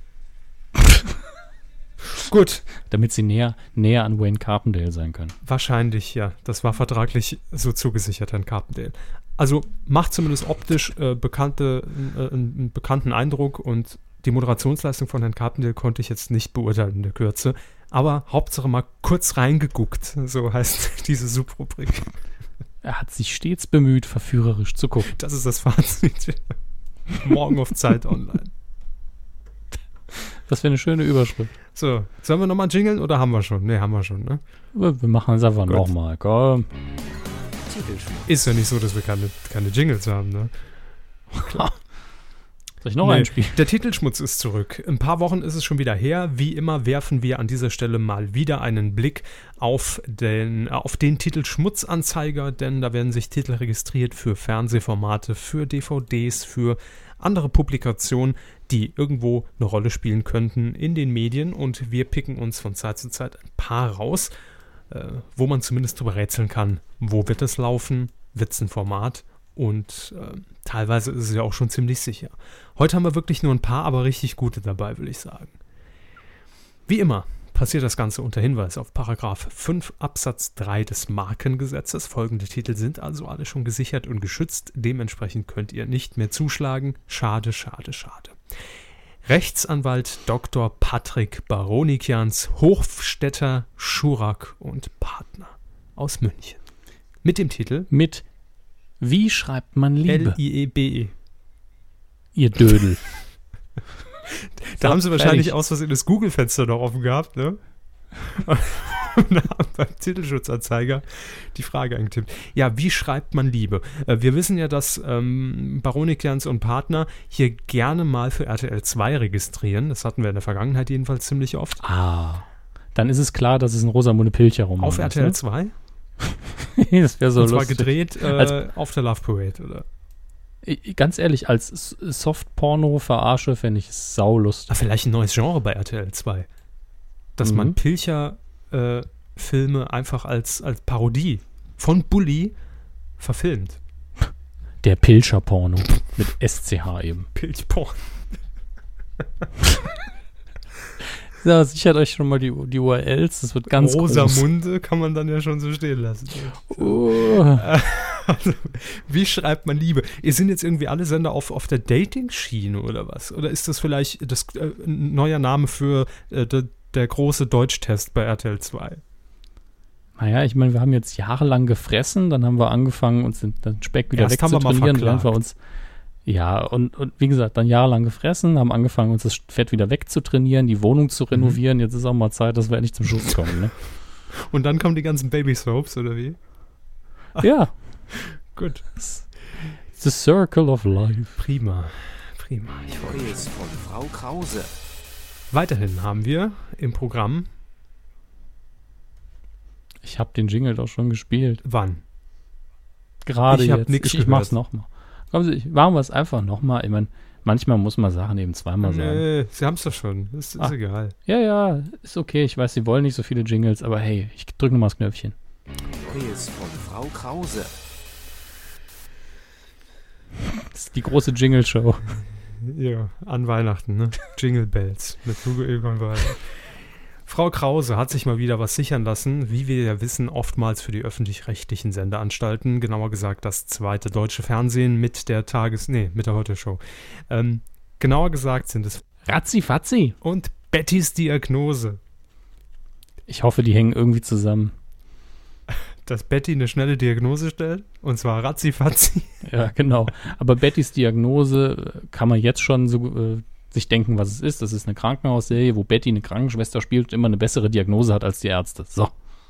Gut. Damit sie näher an Wayne Carpendale sein können. Wahrscheinlich, ja. Das war vertraglich so zugesichert, Herrn Carpendale. Also macht zumindest optisch einen bekannten Eindruck und die Moderationsleistung von Herrn Carpendale konnte ich jetzt nicht beurteilen in der Kürze. Aber Hauptsache mal kurz reingeguckt, so heißt diese Subrubrik. Er hat sich stets bemüht, verführerisch zu gucken. Das ist das Fazit. Morgen auf Zeit Online. Das wäre eine schöne Überschrift. So, sollen wir nochmal jingeln oder haben wir schon? Ne, haben wir schon, ne? Wir machen es einfach nochmal, komm. Ist ja nicht so, dass wir keine Jingles haben, ne? Soll ich noch einspielen? Der Titelschmutz ist zurück. Ein paar Wochen ist es schon wieder her. Wie immer werfen wir an dieser Stelle mal wieder einen Blick auf den Titelschmutzanzeiger, denn da werden sich Titel registriert für Fernsehformate, für DVDs, für andere Publikationen, die irgendwo eine Rolle spielen könnten in den Medien, und wir picken uns von Zeit zu Zeit ein paar raus, wo man zumindest drüber rätseln kann, wo wird es laufen, wird es ein Format, und teilweise ist es ja auch schon ziemlich sicher. Heute haben wir wirklich nur ein paar, aber richtig gute dabei, will ich sagen. Wie immer passiert das Ganze unter Hinweis auf Paragraph 5 Absatz 3 des Markengesetzes. Folgende Titel sind also alle schon gesichert und geschützt. Dementsprechend könnt ihr nicht mehr zuschlagen. Schade, schade, schade. Rechtsanwalt Dr. Patrick Baronikians, Hofstetter, Schurak und Partner aus München. Mit dem Titel Wie schreibt man Liebe? Liebe. Ihr Dödel. Da haben sie wahrscheinlich aus Versehen das Google-Fenster noch offen gehabt, ne? Und haben beim Titelschutzanzeiger die Frage eingetippt. Ja, wie schreibt man Liebe? Wir wissen ja, dass Baronikians und Partner hier gerne mal für RTL 2 registrieren. Das hatten wir in der Vergangenheit jedenfalls ziemlich oft. Dann ist es klar, dass es ein Rosamunde Pilcher-Roman ist. Auf RTL 2? Das wäre so lustig. Und zwar gedreht auf der Love Parade, oder? Ganz ehrlich, als Soft-Porno-Verarsche fände ich es saulustig. Vielleicht ein neues Genre bei RTL 2. Dass man Pilcher-Filme einfach als Parodie von Bully verfilmt. Der Pilcher-Porno. Mit SCH eben. Pilch-Porn. Ja, sichert euch schon mal die URLs, das wird ganz groß. Rosamunde kann man dann ja schon so stehen lassen. Also, wie schreibt man Liebe? Ihr sind jetzt irgendwie alle Sender auf der Dating-Schiene oder was? Oder ist das vielleicht ein neuer Name für der große Deutschtest bei RTL 2? Naja, ich meine, wir haben jetzt jahrelang gefressen, dann haben wir angefangen, uns den Speck wieder wegzutrainieren, während wir uns und wie gesagt, dann jahrelang gefressen, haben angefangen, uns das Fett wieder wegzutrainieren, die Wohnung zu renovieren. Jetzt ist auch mal Zeit, dass wir endlich zum Schuss kommen. Ne? Und dann kommen die ganzen Baby-Soaps, oder wie? Ja. Gut. The Circle of Life. Prima. Neues von Frau Krause. Weiterhin haben wir im Programm. Ich habe den Jingle doch schon gespielt. Wann? Gerade ich jetzt. Ich mach's nochmal. Kommen Sie, machen wir es einfach nochmal. Ich meine, manchmal muss man Sachen eben zweimal sagen. Nee, Sie haben es doch schon. Ist egal. Ja, ist okay. Ich weiß, Sie wollen nicht so viele Jingles, aber hey, ich drücke nochmal das Knöpfchen. Neues von Frau Krause. Das ist die große Jingle-Show. Ja, an Weihnachten, ne? Jingle Bells mit Hugo Egon Walder. Frau Krause hat sich mal wieder was sichern lassen, wie wir ja wissen, oftmals für die öffentlich-rechtlichen Sendeanstalten, genauer gesagt das zweite deutsche Fernsehen mit der Heute-Show. Genauer gesagt sind es Ratzi-Fatzi und Bettys Diagnose. Ich hoffe, die hängen irgendwie zusammen. Dass Betty eine schnelle Diagnose stellt, und zwar Ratzi-Fatzi. Ja, genau. Aber Bettys Diagnose kann man jetzt schon so sich denken, was es ist. Das ist eine Krankenhausserie, wo Betty eine Krankenschwester spielt und immer eine bessere Diagnose hat als die Ärzte. So.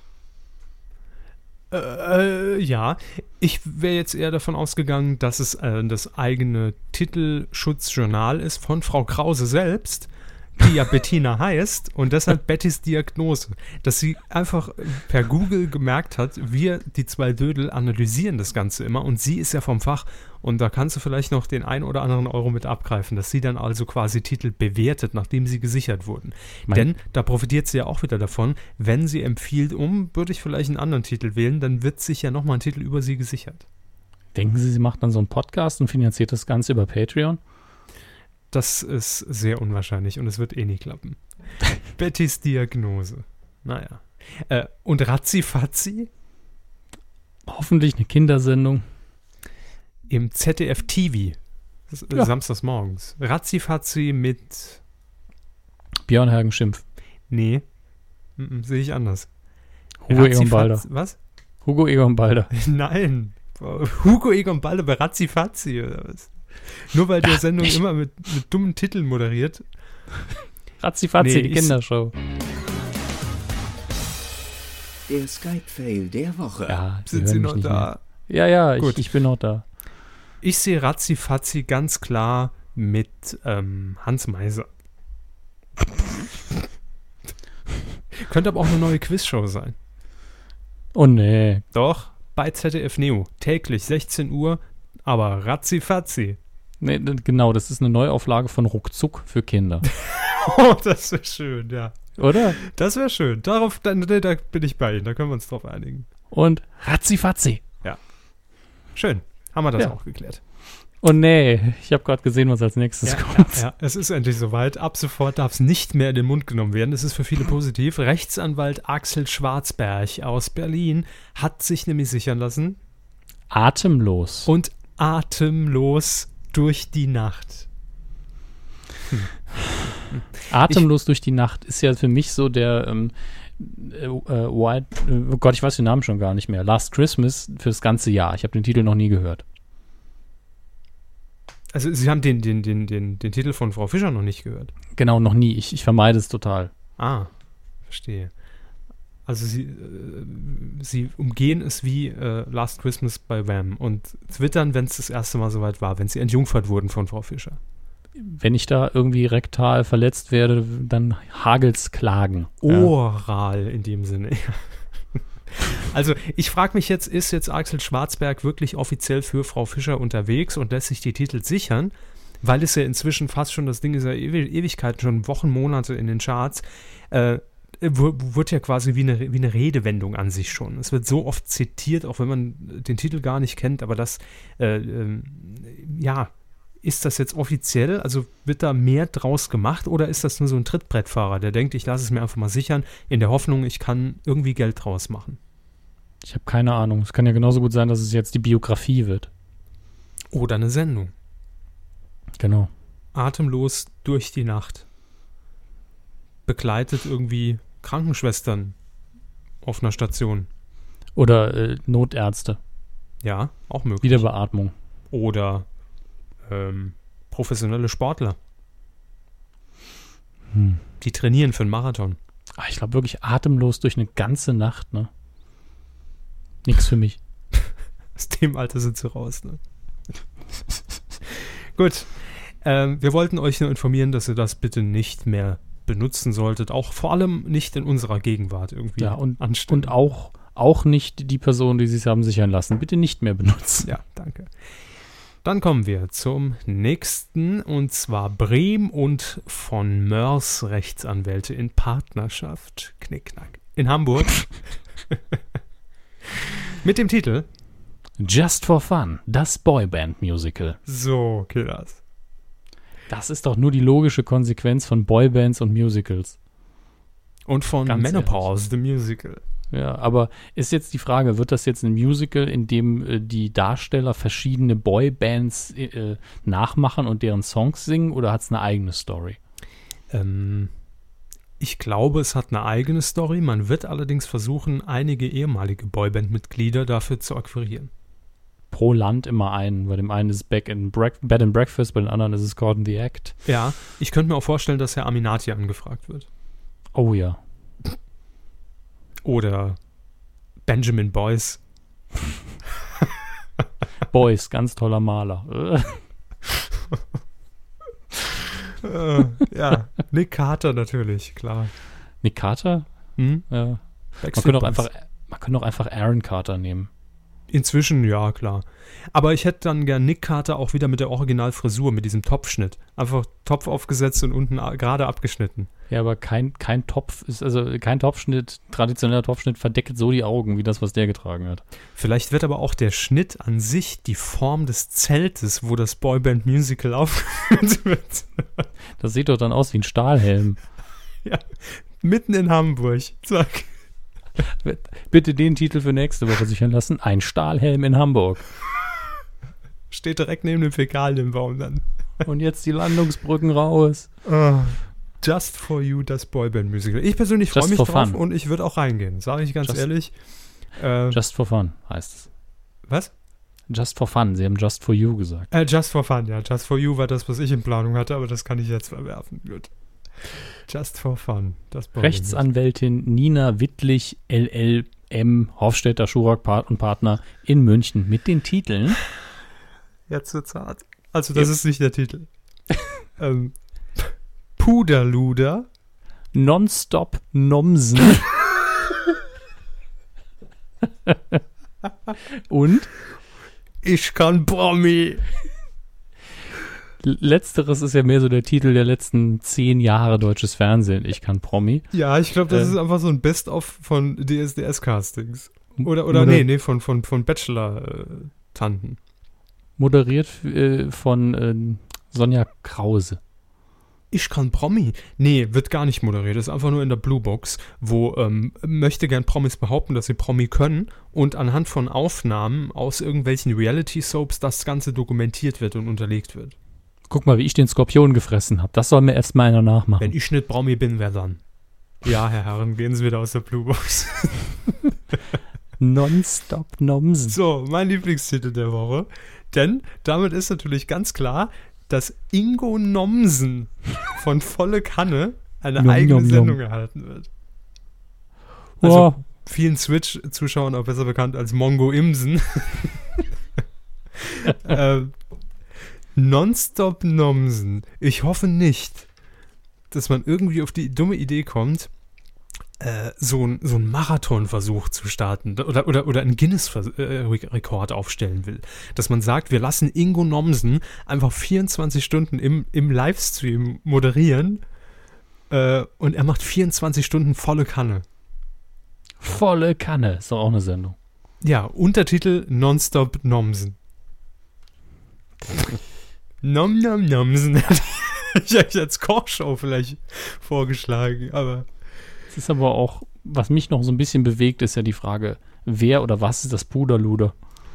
Ja, ich wäre jetzt eher davon ausgegangen, dass es das eigene Titelschutzjournal ist von Frau Krause selbst, die ja Bettina heißt und deshalb Bettys Diagnose. Dass sie einfach per Google gemerkt hat, wir, die zwei Dödel, analysieren das Ganze immer und sie ist ja vom Fach und da kannst du vielleicht noch den ein oder anderen Euro mit abgreifen, dass sie dann also quasi Titel bewertet, nachdem sie gesichert wurden. Denn da profitiert sie ja auch wieder davon, wenn sie empfiehlt, würde ich vielleicht einen anderen Titel wählen, dann wird sich ja nochmal ein Titel über sie gesichert. Denken Sie, sie macht dann so einen Podcast und finanziert das Ganze über Patreon? Das ist sehr unwahrscheinlich und es wird eh nie klappen. Bettys Diagnose. Naja. Und Ratzifatzi? Hoffentlich eine Kindersendung. Im ZDF-TV. Ja. Samstags morgens. Ratzifatzi mit... Björn Hergenschimpf. Nee. Sehe ich anders. Hugo Egon Balder. Was? Hugo Egon Balder. Nein. Hugo Egon Balder bei Ratzifatzi oder was? Nur weil der Sendung immer mit dummen Titeln moderiert. Ratzifatzi, die Kindershow. Der Skype-Fail der Woche. Ja, Sind Sie noch da? Mehr. Ja, Gut. ich bin noch da. Ich sehe Ratzifatzi ganz klar mit Hans Meiser. Könnte aber auch eine neue Quizshow sein. Oh nee. Doch, bei ZDF Neo. Täglich 16 Uhr, aber Ratzifatzi. Nee, genau, das ist eine Neuauflage von Ruckzuck für Kinder. Oh, das wäre schön, ja. Oder? Das wäre schön. Da bin ich bei Ihnen, da können wir uns drauf einigen. Und Ratzifatzi. Schön, haben wir das auch geklärt. Oh nee, ich habe gerade gesehen, was als nächstes kommt. Ja, es ist endlich soweit. Ab sofort darf es nicht mehr in den Mund genommen werden. Das ist für viele positiv. Rechtsanwalt Axel Schwarzberg aus Berlin hat sich nämlich sichern lassen. Atemlos. Und atemlos durch die Nacht. Atemlos durch die Nacht ist ja für mich so der oh Gott, ich weiß den Namen schon gar nicht mehr. Last Christmas fürs ganze Jahr. Ich habe den Titel noch nie gehört. Also Sie haben den Titel von Frau Fischer noch nicht gehört? Genau, noch nie. Ich vermeide es total. Ah, verstehe. Also Sie umgehen es wie Last Christmas bei Wham und twittern, wenn es das erste Mal soweit war, wenn Sie entjungfert wurden von Frau Fischer. Wenn ich da irgendwie rektal verletzt werde, dann hagelt's Klagen. Oral in dem Sinne. Also ich frage mich jetzt, ist jetzt Axel Schwarzberg wirklich offiziell für Frau Fischer unterwegs und lässt sich die Titel sichern? Weil es ja inzwischen fast schon, das Ding ist ja Ewigkeiten, schon Wochen, Monate in den Charts, wird ja quasi wie eine Redewendung an sich schon. Es wird so oft zitiert, auch wenn man den Titel gar nicht kennt, aber das, ist das jetzt offiziell? Also wird da mehr draus gemacht oder ist das nur so ein Trittbrettfahrer, der denkt, ich lasse es mir einfach mal sichern, in der Hoffnung, ich kann irgendwie Geld draus machen? Ich habe keine Ahnung. Es kann ja genauso gut sein, dass es jetzt die Biografie wird. Oder eine Sendung. Genau. Atemlos durch die Nacht. Begleitet irgendwie Krankenschwestern auf einer Station. Oder Notärzte. Ja, auch möglich. Wiederbeatmung. Oder professionelle Sportler. Die trainieren für einen Marathon. Ich glaube wirklich atemlos durch eine ganze Nacht, ne? Nix für mich. Aus dem Alter sind sie raus, ne? Gut. Wir wollten euch nur informieren, dass ihr das bitte nicht mehr benutzen solltet. Auch vor allem nicht in unserer Gegenwart irgendwie. Ja, und auch nicht die Person, die sie es haben sichern lassen. Bitte nicht mehr benutzen. Ja, danke. Dann kommen wir zum nächsten, und zwar Brehm und von Mörs Rechtsanwälte in Partnerschaft. Knickknack. In Hamburg. Mit dem Titel Just for Fun, das Boyband-Musical. So, Killers. Das ist doch nur die logische Konsequenz von Boybands und Musicals. Und von Ganz Menopause, the Musical. Ja, aber ist jetzt die Frage, wird das jetzt ein Musical, in dem die Darsteller verschiedene Boybands nachmachen und deren Songs singen, oder hat es eine eigene Story? Ich glaube, es hat eine eigene Story. Man wird allerdings versuchen, einige ehemalige Boyband-Mitglieder dafür zu akquirieren. Pro Land immer einen. Bei dem einen ist es Bed and Breakfast, bei den anderen ist es Gordon the Act. Ja, ich könnte mir auch vorstellen, dass Herr Aminati angefragt wird. Oh ja. Oder Benjamin Boyce. Boyce, ganz toller Maler. Ja, Nick Carter natürlich, klar. Nick Carter? Hm? Ja. Man Backstreet könnte auch einfach Aaron Carter nehmen. Inzwischen, ja, klar. Aber ich hätte dann gern Nick Carter auch wieder mit der Originalfrisur, mit diesem Topfschnitt. Einfach Topf aufgesetzt und unten gerade abgeschnitten. Ja, aber kein Topfschnitt, traditioneller Topfschnitt verdeckt so die Augen, wie das, was der getragen hat. Vielleicht wird aber auch der Schnitt an sich die Form des Zeltes, wo das Boyband-Musical aufgeführt wird. Das sieht doch dann aus wie ein Stahlhelm. Ja, mitten in Hamburg. Zack. Bitte den Titel für nächste Woche sichern lassen. Ein Stahlhelm in Hamburg. Steht direkt neben dem Fäkalienbaum dann. Und jetzt die Landungsbrücken raus. Just for You, das Boyband-Musical. Ich persönlich freue mich drauf und ich würde auch reingehen, sage ich ganz ehrlich. Just for Fun heißt es. Was? Just for Fun, sie haben Just for You gesagt. Just for Fun, ja. Just for You war das, was ich in Planung hatte, aber das kann ich jetzt verwerfen. Gut. Just for Fun, das Boyband-Musical. Rechtsanwältin Nina Wittlich, LLM, Hofstetter, Schurak und Partner in München mit den Titeln. Jetzt wird's hart. Also das ist nicht der Titel. Puderluder. Nonstop Nomsen. Und? Ich kann Promi. Letzteres ist ja mehr so der Titel der letzten 10 Jahre deutsches Fernsehen. Ich kann Promi. Ja, ich glaube, das ist einfach so ein Best-of von DSDS-Castings. Oder von Bachelor-Tanten. Moderiert von Sonja Krause. Ich kann Promi. Nee, wird gar nicht moderiert. Das ist einfach nur in der Blue Box, wo möchte gern Promis behaupten, dass sie Promi können und anhand von Aufnahmen aus irgendwelchen Reality-Soaps das Ganze dokumentiert wird und unterlegt wird. Guck mal, wie ich den Skorpion gefressen habe. Das soll mir erst mal einer nachmachen. Wenn ich nicht Promi bin, wer dann? Ja, Herr Herren, gehen Sie wieder aus der Blue Box. Nonstop Nomsen. So, mein Lieblingstitel der Woche. Denn damit ist natürlich ganz klar, dass Ingo Nomsen von Volle Kanne eine eigene Sendung erhalten wird. Also vielen Switch-Zuschauern auch besser bekannt als Mongo Imsen. Nonstop Nomsen. Ich hoffe nicht, dass man irgendwie auf die dumme Idee kommt, so ein Marathonversuch zu starten oder einen Guinness-Rekord aufstellen will. Dass man sagt, wir lassen Ingo Nomsen einfach 24 Stunden im Livestream moderieren und er macht 24 Stunden volle Kanne. Volle Kanne, ist doch auch eine Sendung. Ja, Untertitel Nonstop Nomsen. Nomsen. Ich hätte als Kochshow vielleicht vorgeschlagen, aber es ist aber auch, was mich noch so ein bisschen bewegt, ist ja die Frage, wer oder was ist das Puderluder?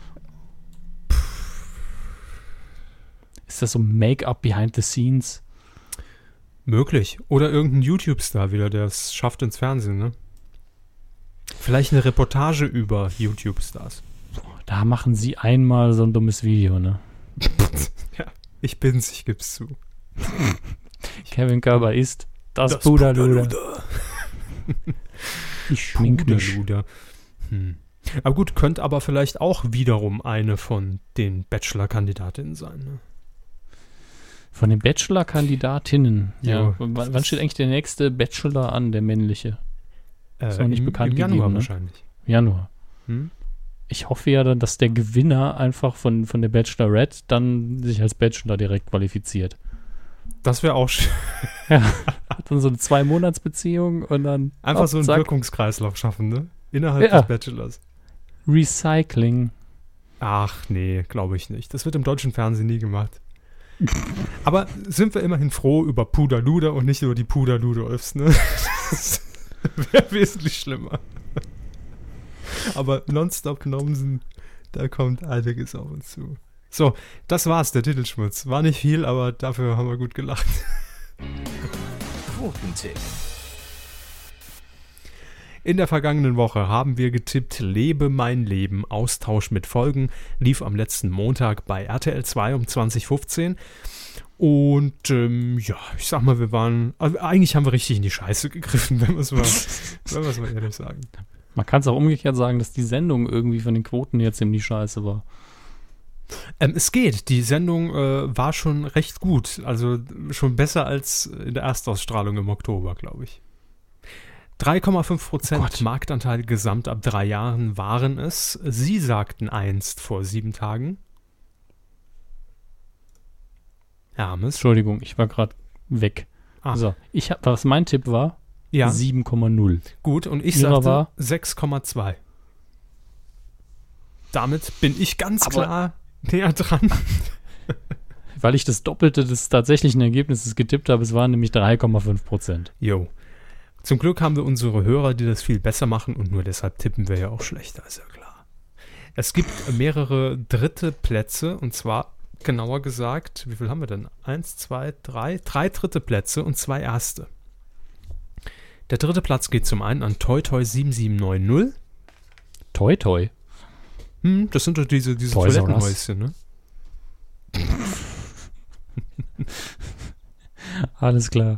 Ist das so Make-up behind the scenes? Möglich. Oder irgendein YouTube-Star wieder, der es schafft ins Fernsehen, ne? Vielleicht eine Reportage über YouTube-Stars. Da machen sie einmal so ein dummes Video, ne? Ja, ich bin's, ich geb's zu. Kevin Körber ist das Puderluder. Ich schmink mich. Aber gut, könnte aber vielleicht auch wiederum eine von den Bachelor-Kandidatinnen sein, ne? Von den Bachelor-Kandidatinnen? Ja. Wann steht eigentlich der nächste Bachelor an, der männliche? Ist noch nicht bekannt im Januar gegeben, ne? Wahrscheinlich. Januar. Ich hoffe ja dann, dass der Gewinner einfach von der Bachelorette dann sich als Bachelor direkt qualifiziert. Das wäre auch schön. Ja, dann so eine 2-Monats-Beziehung und dann einfach so einen Wirkungskreislauf schaffen, ne? Innerhalb des Bachelors. Recycling. Ach nee, glaube ich nicht. Das wird im deutschen Fernsehen nie gemacht. Aber sind wir immerhin froh über Puderluder und nicht über die Puderludolfs, ne? Das wäre wesentlich schlimmer. Aber Nonstop Nomsen, da kommt einiges auf uns zu. So, das war's, der Titelschmutz. War nicht viel, aber dafür haben wir gut gelacht. Quotentipp. In der vergangenen Woche haben wir getippt Lebe mein Leben, Austausch mit Folgen, lief am letzten Montag bei RTL 2 um 20:15. Und ja, ich sag mal, also eigentlich haben wir richtig in die Scheiße gegriffen, wenn wir es mal ehrlich sagen. Man kann es auch umgekehrt sagen, dass die Sendung irgendwie von den Quoten her ziemlich scheiße war. Es geht. Die Sendung war schon recht gut. Also schon besser als in der Erstausstrahlung im Oktober, glaube ich. 3,5% Marktanteil gesamt ab 3 Jahren waren es. Sie sagten einst vor 7 Tagen. Hermes. Entschuldigung, ich war gerade weg. So, was mein Tipp war, 7,0. Gut, und ich Ihrer sagte 6,2. Damit bin ich ganz klar näher dran. Weil ich das Doppelte des tatsächlichen Ergebnisses getippt habe, es waren nämlich 3,5%. Jo. Zum Glück haben wir unsere Hörer, die das viel besser machen und nur deshalb tippen wir ja auch schlechter, ist ja klar. Es gibt mehrere dritte Plätze und zwar, genauer gesagt, wie viel haben wir denn? 1, 2, 3 dritte Plätze und 2 erste. Der dritte Platz geht zum einen an ToyToy7790. Toy? Das sind doch diese Toilettenhäuschen, ne? Alles klar.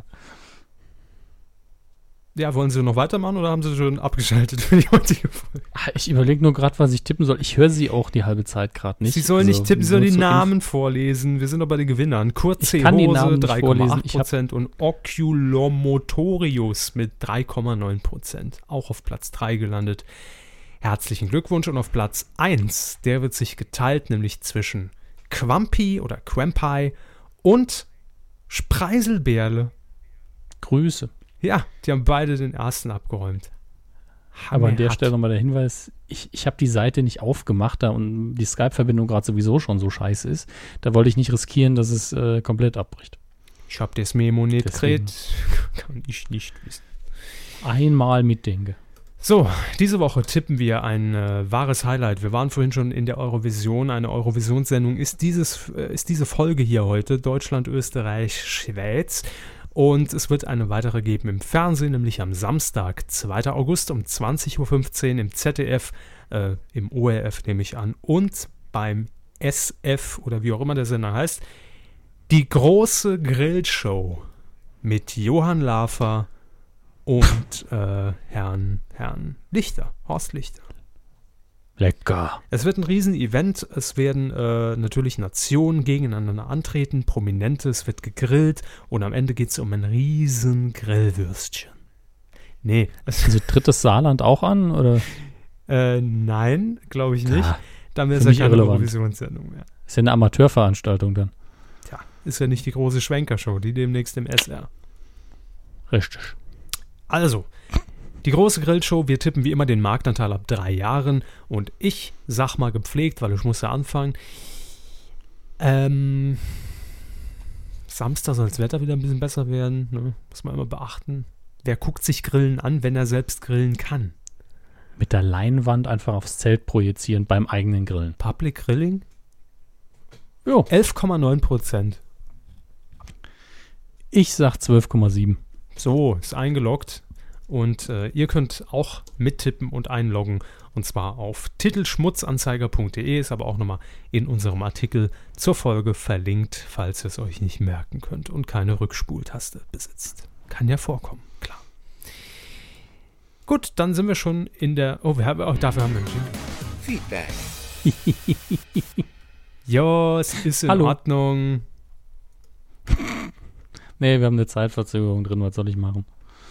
Ja, wollen Sie noch weitermachen oder haben Sie schon abgeschaltet für die heutige Folge? Ich überlege nur gerade, was ich tippen soll. Ich höre Sie auch die halbe Zeit gerade nicht. Sie sollen nicht tippen, Sie sollen die Namen vorlesen. Wir sind doch bei den Gewinnern. Kurze Hose 3,8% und Oculomotorius mit 3,9%. Auch auf Platz 3 gelandet. Herzlichen Glückwunsch. Und auf Platz 1, der wird sich geteilt, nämlich zwischen Quampi oder Quampi und Spreiselbärle. Grüße. Ja, die haben beide den ersten abgeräumt. Aber an der Stelle nochmal der Hinweis, ich habe die Seite nicht aufgemacht, da und die Skype-Verbindung gerade sowieso schon so scheiße ist. Da wollte ich nicht riskieren, dass es komplett abbricht. Ich habe das Memo nicht gekriegt. Kann ich nicht wissen. Einmal mitdenke. So, diese Woche tippen wir ein wahres Highlight. Wir waren vorhin schon in der Eurovision. Eine Eurovisionssendung ist diese Folge hier heute. Deutschland, Österreich, Schweiz. Und es wird eine weitere geben im Fernsehen, nämlich am Samstag, 2. August um 20.15 Uhr im ZDF, im ORF nehme ich an, und beim SF oder wie auch immer der Sender heißt, die große Grillshow mit Johann Lafer und Herrn Lichter, Horst Lichter. Lecker. Es wird ein Riesenevent. Es werden natürlich Nationen gegeneinander antreten, Prominente, es wird gegrillt und am Ende geht es um ein riesen Grillwürstchen. Nee. Also tritt das Saarland auch an, oder? Nein, glaube ich nicht. Dann wäre es ja keine Eurovisionssendung mehr. Ist ja eine Amateurveranstaltung dann. Tja, ist ja nicht die große Schwenkershow, die demnächst im SR. Richtig. Also, die große Grillshow, wir tippen wie immer den Marktanteil ab 3 Jahren und ich sag mal gepflegt, weil ich muss ja anfangen. Samstag soll das Wetter wieder ein bisschen besser werden, ne? Muss man immer beachten. Wer guckt sich Grillen an, wenn er selbst grillen kann? Mit der Leinwand einfach aufs Zelt projizieren beim eigenen Grillen. Public Grilling? Jo. 11,9%. Ich sag 12,7. So, ist eingeloggt. Und ihr könnt auch mittippen und einloggen. Und zwar auf titelschmutzanzeiger.de, ist aber auch nochmal in unserem Artikel zur Folge verlinkt, falls ihr es euch nicht merken könnt und keine Rückspultaste besitzt. Kann ja vorkommen, klar. Gut, dann sind wir schon in der... Oh, dafür haben wir einen Feedback. Ja, es ist in Ordnung. Nee, wir haben eine Zeitverzögerung drin, was soll ich machen?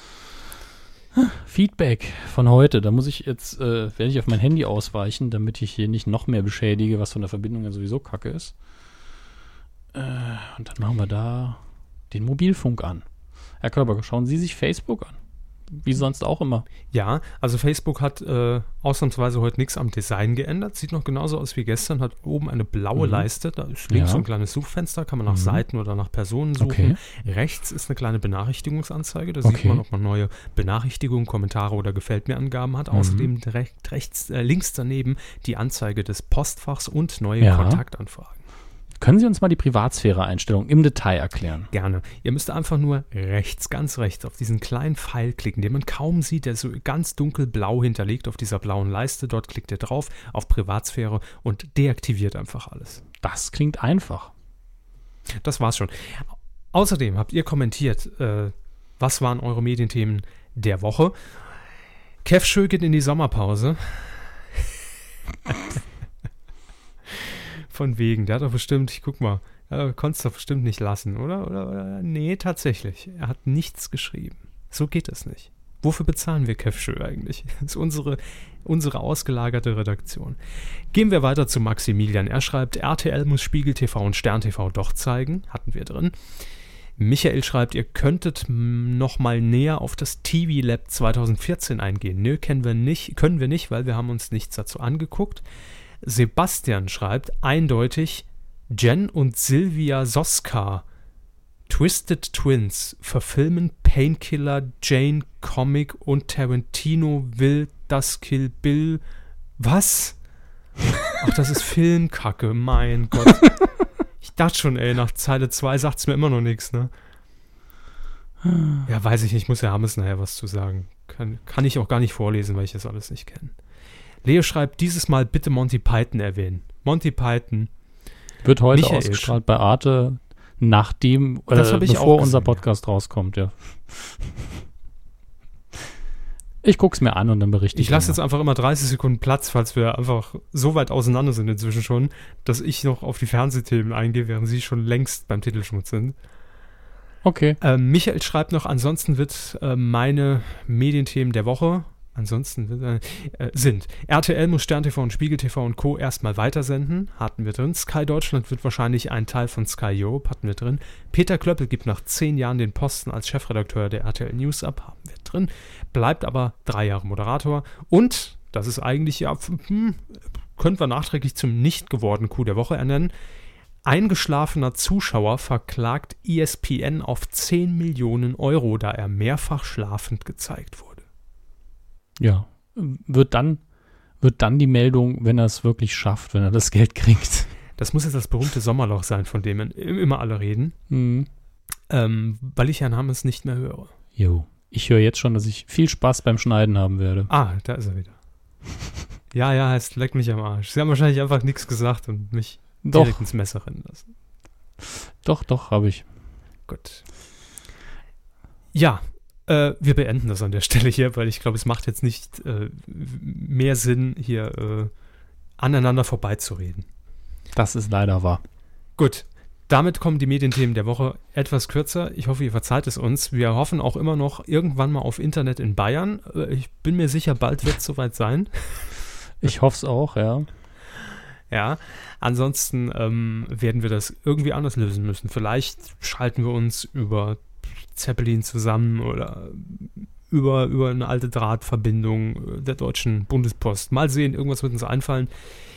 Feedback von heute, da muss ich jetzt, werde ich auf mein Handy ausweichen, damit ich hier nicht noch mehr beschädige, was von der Verbindung ja sowieso kacke ist. Und dann machen wir da den Mobilfunk an. Herr Körber, schauen Sie sich Facebook an. Wie sonst auch immer. Ja, also Facebook hat ausnahmsweise heute nichts am Design geändert. Sieht noch genauso aus wie gestern. Hat oben eine blaue Leiste. Da ist links so ein kleines Suchfenster. Kann man nach Seiten oder nach Personen suchen. Okay. Rechts ist eine kleine Benachrichtigungsanzeige. Da sieht man, ob man neue Benachrichtigungen, Kommentare oder Gefällt mir Angaben hat. Außerdem direkt links daneben die Anzeige des Postfachs und neue Kontaktanfragen. Können Sie uns mal die Privatsphäre-Einstellung im Detail erklären? Gerne. Ihr müsst einfach nur rechts, ganz rechts auf diesen kleinen Pfeil klicken, den man kaum sieht, der ist so ganz dunkelblau hinterlegt auf dieser blauen Leiste. Dort klickt ihr drauf auf Privatsphäre und deaktiviert einfach alles. Das klingt einfach. Das war's schon. Außerdem habt ihr kommentiert, was waren eure Medienthemen der Woche. Kev Schö geht in die Sommerpause. Von wegen, der hat doch bestimmt, ich guck mal, konntest doch bestimmt nicht lassen, oder? Nee, tatsächlich. Er hat nichts geschrieben. So geht es nicht. Wofür bezahlen wir Kevschö eigentlich? Das ist unsere ausgelagerte Redaktion. Gehen wir weiter zu Maximilian. Er schreibt, RTL muss Spiegel TV und Stern TV doch zeigen. Hatten wir drin. Michael schreibt, ihr könntet noch mal näher auf das TV Lab 2014 eingehen. Nö, können wir nicht, weil wir haben uns nichts dazu angeguckt. Sebastian schreibt, eindeutig, Jen und Silvia Soska, Twisted Twins, verfilmen Painkiller, Jane Comic und Tarantino will das Kill Bill. Was? Ach, das ist Filmkacke, mein Gott. Ich dachte schon, nach Zeile 2 sagt es mir immer noch nichts, ne? Ja, weiß ich nicht, muss ja Hammes nachher was zu sagen. Kann ich auch gar nicht vorlesen, weil ich das alles nicht kenne. Leo schreibt, dieses Mal bitte Monty Python erwähnen. Monty Python. Wird heute ausgestrahlt bei Arte, nachdem, bevor unser Podcast rauskommt, ja. Ich guck's mir an und dann berichte ich. Ich lasse jetzt einfach immer 30 Sekunden Platz, falls wir einfach so weit auseinander sind inzwischen schon, dass ich noch auf die Fernsehthemen eingehe, während Sie schon längst beim Titelschmutz sind. Okay. Michael schreibt noch, ansonsten wird meine Medienthemen der Woche sind RTL muss Stern TV und Spiegel TV und Co. erstmal weitersenden, hatten wir drin. Sky Deutschland wird wahrscheinlich ein Teil von Sky Europe, hatten wir drin. Peter Klöppel gibt nach 10 Jahren den Posten als Chefredakteur der RTL News ab, haben wir drin. Bleibt aber 3 Jahre Moderator und, das ist eigentlich, können wir nachträglich zum nicht gewordenen Coup der Woche ernennen, eingeschlafener Zuschauer verklagt ESPN auf 10 Millionen Euro, da er mehrfach schlafend gezeigt wurde. Ja, wird dann die Meldung, wenn er es wirklich schafft, wenn er das Geld kriegt. Das muss jetzt das berühmte Sommerloch sein, von dem immer alle reden, weil ich Herrn Hammes nicht mehr höre. Jo, ich höre jetzt schon, dass ich viel Spaß beim Schneiden haben werde. Ah, da ist er wieder. Ja, es leckt mich am Arsch. Sie haben wahrscheinlich einfach nichts gesagt und mich direkt ins Messer rennen lassen. Doch, habe ich. Gut. Ja, wir beenden das an der Stelle hier, weil ich glaube, es macht jetzt nicht mehr Sinn, hier aneinander vorbeizureden. Das ist leider wahr. Gut, damit kommen die Medienthemen der Woche etwas kürzer. Ich hoffe, ihr verzeiht es uns. Wir hoffen auch immer noch irgendwann mal auf Internet in Bayern. Ich bin mir sicher, bald wird es soweit sein. Ich hoffe es auch, ja. Ja, ansonsten werden wir das irgendwie anders lösen müssen. Vielleicht schalten wir uns über Zeppelin zusammen oder über eine alte Drahtverbindung der Deutschen Bundespost. Mal sehen, irgendwas wird uns einfallen.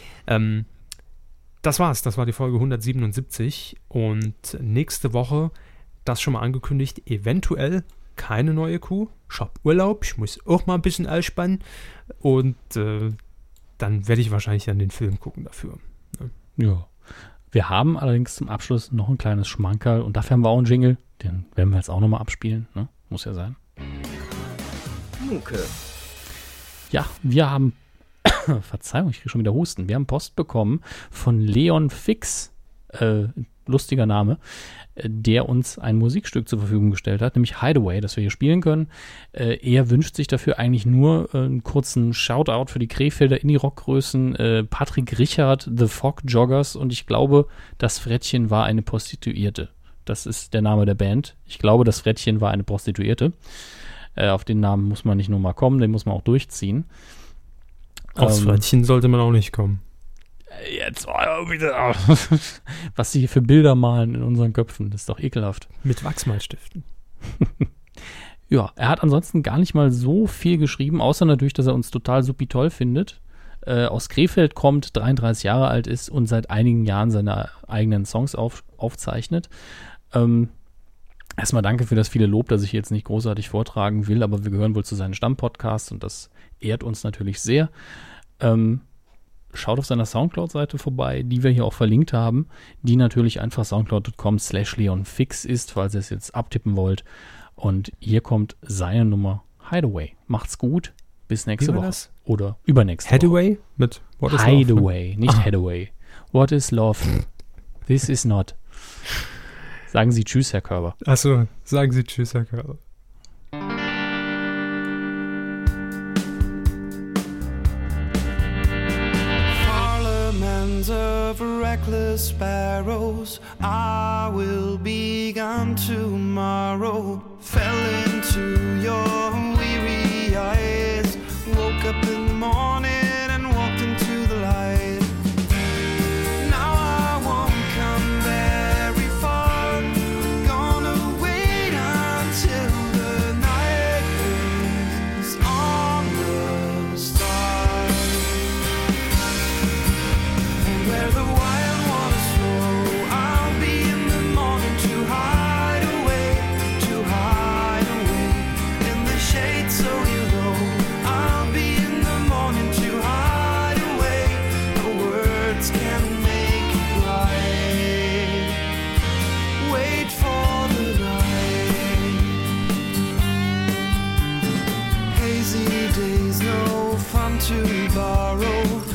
Das war's, das war die Folge 177 und nächste Woche, das schon mal angekündigt, eventuell keine neue Kuh. Ich hab Urlaub, ich muss auch mal ein bisschen ausspannen und dann werde ich wahrscheinlich dann den Film gucken dafür. Ne? Ja. Wir haben allerdings zum Abschluss noch ein kleines Schmankerl und dafür haben wir auch einen Jingle. Den werden wir jetzt auch nochmal abspielen. Ne? Muss ja sein. Mucke. Ja, wir haben Verzeihung, ich kriege schon wieder Husten. Wir haben Post bekommen von Leon Fix, lustiger Name, der uns ein Musikstück zur Verfügung gestellt hat, nämlich Hideaway, das wir hier spielen können. Er wünscht sich dafür eigentlich nur einen kurzen Shoutout für die Krefelder Indie-Rock-Größen Patrick Richard, The Fog Joggers und ich glaube, das Frettchen war eine Prostituierte. Das ist der Name der Band. Ich glaube, das Frettchen war eine Prostituierte. Auf den Namen muss man nicht nur mal kommen, den muss man auch durchziehen. Aufs Frettchen sollte man auch nicht kommen. Jetzt wieder. Was sie hier für Bilder malen in unseren Köpfen, das ist doch ekelhaft. Mit Wachsmalstiften. Ja, er hat ansonsten gar nicht mal so viel geschrieben, außer natürlich, dass er uns total supi-toll findet. Aus Krefeld kommt, 33 Jahre alt ist und seit einigen Jahren seine eigenen Songs aufzeichnet. Erstmal danke für das viele Lob, das ich jetzt nicht großartig vortragen will, aber wir gehören wohl zu seinen Stammpodcasts und das ehrt uns natürlich sehr. Schaut auf seiner Soundcloud-Seite vorbei, die wir hier auch verlinkt haben, die natürlich einfach soundcloud.com/leonfix ist, falls ihr es jetzt abtippen wollt. Und hier kommt seine Nummer Hideaway. Macht's gut, bis nächste Woche. Das? Oder übernächste Hideaway? Woche. Mit What is Hideaway, Love? nicht Hideaway. What is Love? This is not. Sagen Sie Tschüss, Herr Körber. Achso, sagen Sie Tschüss, Herr Körber. reckless sparrows. I will be gone tomorrow. Fell into your weary eyes. Woke up in the morning and walked into the light. Now I won't come very far. Gonna wait until the night is on the stars. And where the wild waters flow, I'll be in the morning to hide away in the shade, so you know. I'll be in the morning to hide away. No words can make it right. Wait for the night. Hazy days, no fun to borrow.